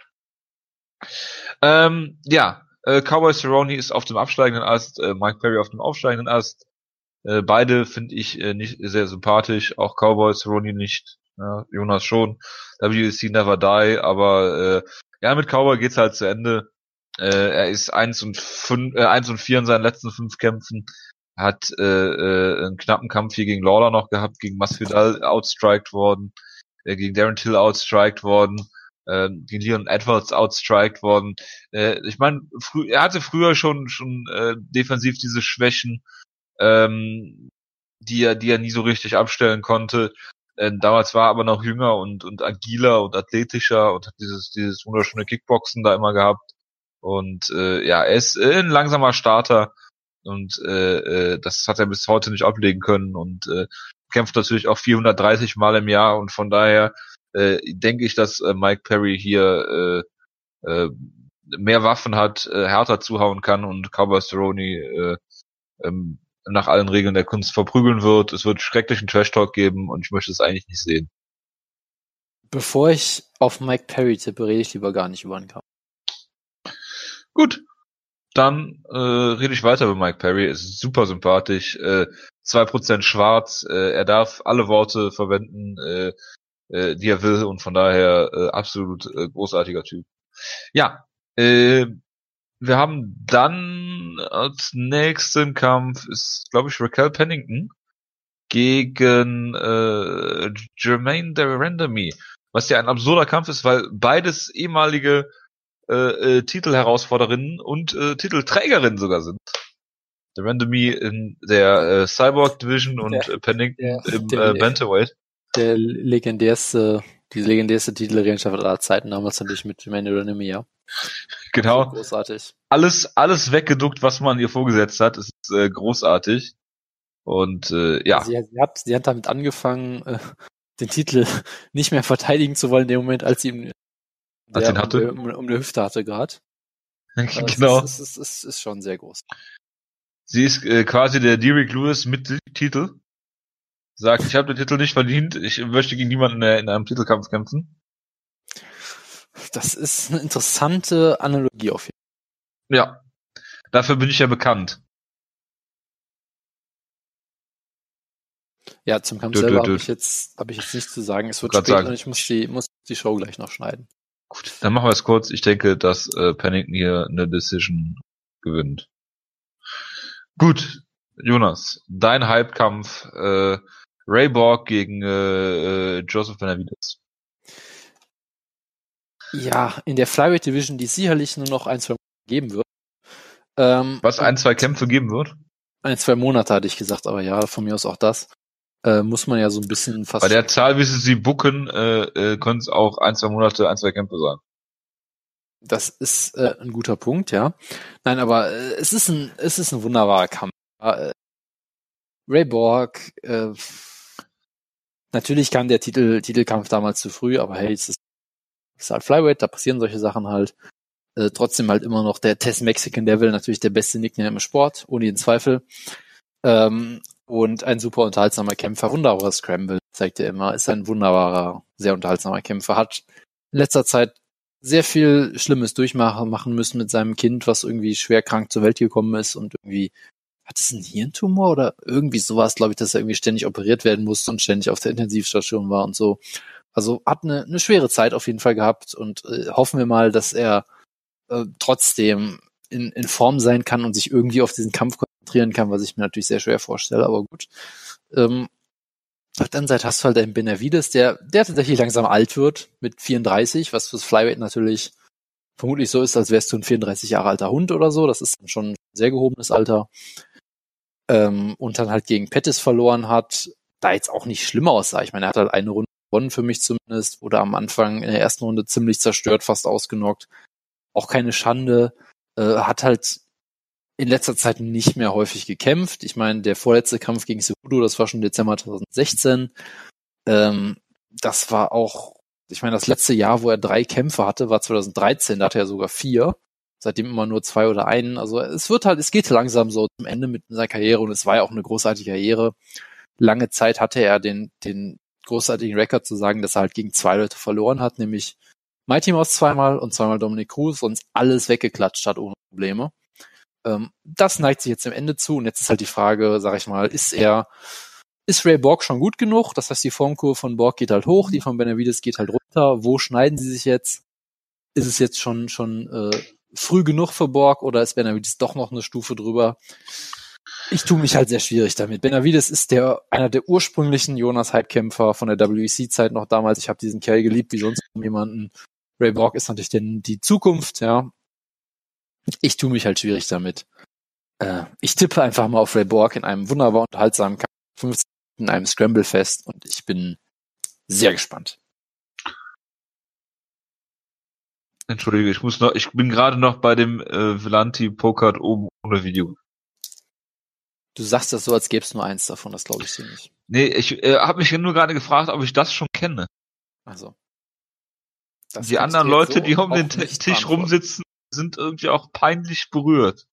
Cowboy Cerrone ist auf dem absteigenden Ast, Mike Perry auf dem aufsteigenden Ast. Beide finde ich nicht sehr sympathisch, auch Cowboy Cerrone nicht, ja, Jonas schon. WC never die, aber mit Cowboy geht's halt zu Ende. Er ist 1-4 in seinen letzten 5 Kämpfen, hat einen knappen Kampf hier gegen Lawler noch gehabt, gegen Masvidal outstriked worden, gegen Darren Till outstriked worden, gegen Leon Edwards outstriked worden. Ich meine, er hatte früher schon defensiv diese Schwächen, die er nie so richtig abstellen konnte. Damals war er aber noch jünger und agiler und athletischer und hat dieses wunderschöne Kickboxen da immer gehabt. Und er ist ein langsamer Starter und das hat er bis heute nicht ablegen können und kämpft natürlich auch 430 Mal im Jahr, und von daher denke ich, dass Mike Perry hier mehr Waffen hat, härter zuhauen kann und Cowboy Cerrone nach allen Regeln der Kunst verprügeln wird. Es wird schrecklichen Trash-Talk geben und ich möchte es eigentlich nicht sehen. Bevor ich auf Mike Perry tippe, rede ich lieber gar nicht über den Kampf. Gut, dann rede ich weiter über Mike Perry. Ist super sympathisch, 2% schwarz, er darf alle Worte verwenden, die er will, und von daher absolut großartiger Typ. Ja, wir haben dann als nächsten Kampf ist, glaube ich, Raquel Pennington gegen Jermaine Darendami, was ja ein absurder Kampf ist, weil beides ehemalige Titelherausforderinnen und Titelträgerinnen sogar sind. Darendami in der Cyborg Division und Pennington im Bantamweight. Die legendärste Titelregentschaft aller Zeiten, damals natürlich mit Jermaine Darendami, ja. Genau. Großartig. Alles weggeduckt, was man ihr vorgesetzt hat. Es ist großartig. Und ja. Sie hat damit angefangen, den Titel nicht mehr verteidigen zu wollen in dem Moment, als sie ihn hatte. Um die Hüfte hatte gerade. Genau. Es ist schon sehr groß. Sie ist quasi der Derrick Lewis mit Titel. sagt, ich habe den Titel nicht verdient, ich möchte gegen niemanden in einem Titelkampf kämpfen. Das ist eine interessante Analogie auf jeden Fall. Ja, dafür bin ich ja bekannt. Ja, zum Kampf selber habe ich jetzt nichts zu sagen. Es wird spät und ich muss die Show gleich noch schneiden. Gut, dann machen wir es kurz. Ich denke, dass Pennington hier eine Decision gewinnt. Gut, Jonas, dein Halbkampf Ray Borg gegen Joseph Benavidez. Ja, in der Flyweight Division, die sicherlich nur noch 1-2 Monate geben wird. Was 1-2 Kämpfe geben wird? 1-2 Monate hatte ich gesagt, aber ja, von mir aus auch das. Muss man ja so ein bisschen fast... Bei der Zahl, wie sie booken, können es auch 1-2 Monate, 1-2 Kämpfe sein. Das ist ein guter Punkt, ja. Nein, aber es ist ein wunderbarer Kampf. Ray Borg, natürlich kam der Titelkampf damals zu früh, aber hey, es ist halt Flyweight, da passieren solche Sachen halt. Trotzdem halt immer noch der Test Mexican Devil, natürlich der beste Nickname im Sport, ohne jeden Zweifel. Und ein super unterhaltsamer Kämpfer, wunderbarer Scramble, zeigt er immer, ist ein wunderbarer, sehr unterhaltsamer Kämpfer, hat in letzter Zeit sehr viel Schlimmes machen müssen mit seinem Kind, was irgendwie schwer krank zur Welt gekommen ist und irgendwie, hat es einen Hirntumor oder irgendwie sowas, glaube ich, dass er irgendwie ständig operiert werden musste und ständig auf der Intensivstation war und so. Also hat eine schwere Zeit auf jeden Fall gehabt und hoffen wir mal, dass er trotzdem in Form sein kann und sich irgendwie auf diesen Kampf konzentrieren kann, was ich mir natürlich sehr schwer vorstelle, aber gut. Auf der anderen Seite hast du halt den Benavidez, der tatsächlich langsam alt wird, mit 34, was fürs Flyweight natürlich vermutlich so ist, als wärst du ein 34 Jahre alter Hund oder so, das ist dann schon ein sehr gehobenes Alter. Und dann halt gegen Pettis verloren hat, da jetzt auch nicht schlimm aussah. Ich meine, er hat halt eine Runde gewonnen, für mich zumindest, wurde am Anfang in der ersten Runde ziemlich zerstört, fast ausgenockt. Auch keine Schande, hat halt in letzter Zeit nicht mehr häufig gekämpft. Ich meine, der vorletzte Kampf gegen Cejudo, das war schon Dezember 2016. Das war auch, ich meine, das letzte Jahr, wo er 3 Kämpfe hatte, war 2013, da hatte er sogar 4. Seitdem immer nur 2 oder 1. Also es geht langsam so zum Ende mit seiner Karriere und es war ja auch eine großartige Karriere. Lange Zeit hatte er den großartigen Rekord zu sagen, dass er halt gegen 2 Leute verloren hat, nämlich Mighty Mouse zweimal und zweimal Dominic Cruz, sonst alles weggeklatscht hat ohne Probleme. Das neigt sich jetzt dem Ende zu und jetzt ist halt die Frage, sag ich mal, ist Ray Borg schon gut genug? Das heißt, die Formkurve von Borg geht halt hoch, die von Benavidez geht halt runter. Wo schneiden sie sich jetzt? Ist es jetzt schon früh genug für Borg oder ist Benavidez doch noch eine Stufe drüber? Ich tue mich halt sehr schwierig damit. Benavidez ist einer der ursprünglichen Jonas-Hype-Kämpfer von der WEC-Zeit noch damals. Ich habe diesen Kerl geliebt wie sonst jemanden. Ray Borg ist natürlich die Zukunft, ja. Ich tue mich halt schwierig damit. Ich tippe einfach mal auf Ray Borg in einem wunderbar unterhaltsamen Kampf, 15 in einem Scramble-Fest und ich bin sehr gespannt. Entschuldige, ich bin gerade noch bei dem Velanti Pokert oben ohne Video. Du sagst das so, als gäbe es nur eins davon, das glaube ich dir nicht. Nee, ich habe mich nur gerade gefragt, ob ich das schon kenne. Also. Die anderen Leute, die um den Tisch rumsitzen, sind irgendwie auch peinlich berührt.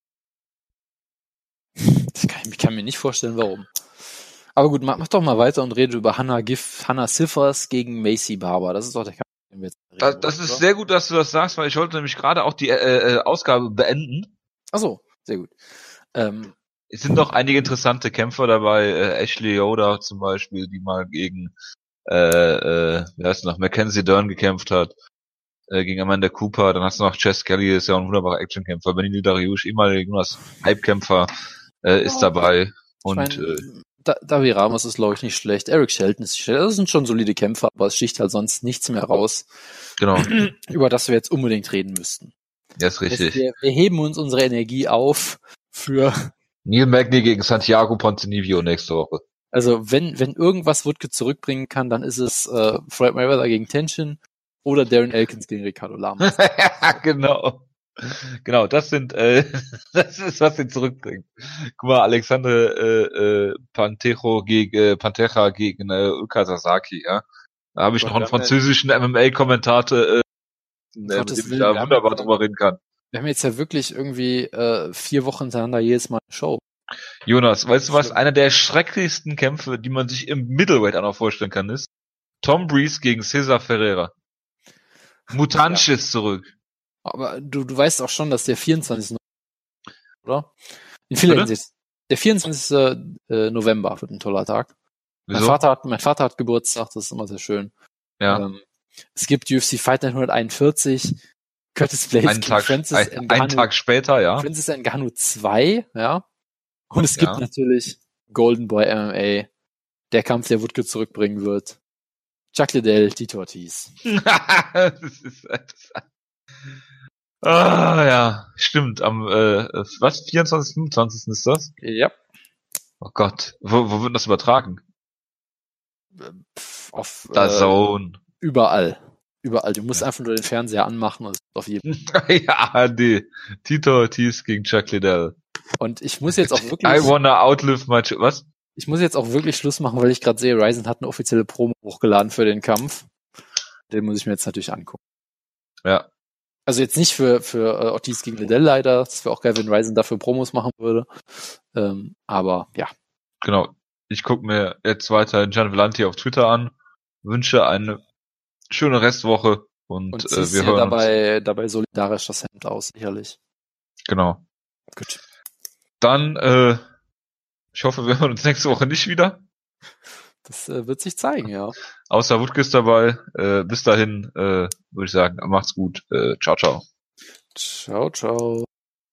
Ich kann mir nicht vorstellen, warum. Aber gut, mach doch mal weiter und rede über Hannah Cifers gegen Macy Barber. Das ist doch der Kampf, den wir jetzt reden. Das ist sehr gut, dass du das sagst, weil ich wollte nämlich gerade auch die Ausgabe beenden. Ach so, sehr gut. Es sind noch einige interessante Kämpfer dabei. Ashley Yoda zum Beispiel, die mal gegen Mackenzie Dern gekämpft hat. Gegen Amanda Cooper, dann hast du noch Chess Kelly, ist ja ein wunderbarer Actionkämpfer. Benil Dariush, ehemaliger Jonas Hypekämpfer, ist dabei. Und Davi Ramos ist, glaube ich, nicht schlecht. Eric Shelton ist schlecht. Das sind schon solide Kämpfer, aber es sticht halt sonst nichts mehr raus. Genau. Über das wir jetzt unbedingt reden müssten. Ja, ist richtig. Wir heben uns unsere Energie auf für Neil Magny gegen Santiago Ponzinibbio nächste Woche. Also wenn irgendwas Woodke zurückbringen kann, dann ist es Floyd Mayweather gegen Tenshin oder Darren Elkins gegen Ricardo Lamas. Ja, genau. Genau, das ist, was ihn zurückbringt. Guck mal, Alexandre Panteja gegen Ulka Sasaki, ja. Da habe ich noch einen französischen MMA-Kommentator, mit dem ich da wunderbar drüber reden kann. Wir haben jetzt ja wirklich irgendwie 4 Wochen hintereinander jedes Mal eine Show. Jonas, weißt du was? Einer der schrecklichsten Kämpfe, die man sich im Middleweight auch noch vorstellen kann, ist Tom Breeze gegen Cesar Ferreira. Mutanch ist zurück. Aber du weißt auch schon, dass der 24. oder? In vieler Bitte? Hinsicht. Der 24. November wird ein toller Tag. Wieso? Mein Vater hat Geburtstag, das ist immer sehr schön. Ja. Es gibt UFC Fight Night 141, Curtis Blades gegen Francis Ngannou. Einen Tag später, ja. Francis Ngannou 2, ja. Und es gibt natürlich Golden Boy MMA, der Kampf, der Woodke zurückbringen wird. Chuck Liddell, Tito Ortiz. Ja, stimmt. Am 24., 25. ist das? Ja. Oh Gott, wo wird das übertragen? Auf DAZN. Überall. Du musst einfach nur den Fernseher anmachen und auf jeden Ja, nee. Tito Ortiz gegen Chuck Liddell. Und ich muss jetzt auch wirklich. I wanna outlive my... Was? Ich muss jetzt auch wirklich Schluss machen, weil ich gerade sehe, Ryzen hat eine offizielle Promo hochgeladen für den Kampf. Den muss ich mir jetzt natürlich angucken. Ja. Also jetzt nicht für Ortiz gegen Liddell leider. Das wäre auch geil, wenn Ryzen dafür Promos machen würde. Aber ja. Genau. Ich gucke mir jetzt weiter Gian Vellante auf Twitter an. Wünsche eine schöne Restwoche und wir hören uns. Dabei solidarisch das Hemd aus, sicherlich. Genau. Gut. Dann, ich hoffe, wir hören uns nächste Woche nicht wieder. Das wird sich zeigen, ja. Außer Wutke ist dabei. Bis dahin, würde ich sagen, macht's gut. Ciao, ciao. Ciao, ciao.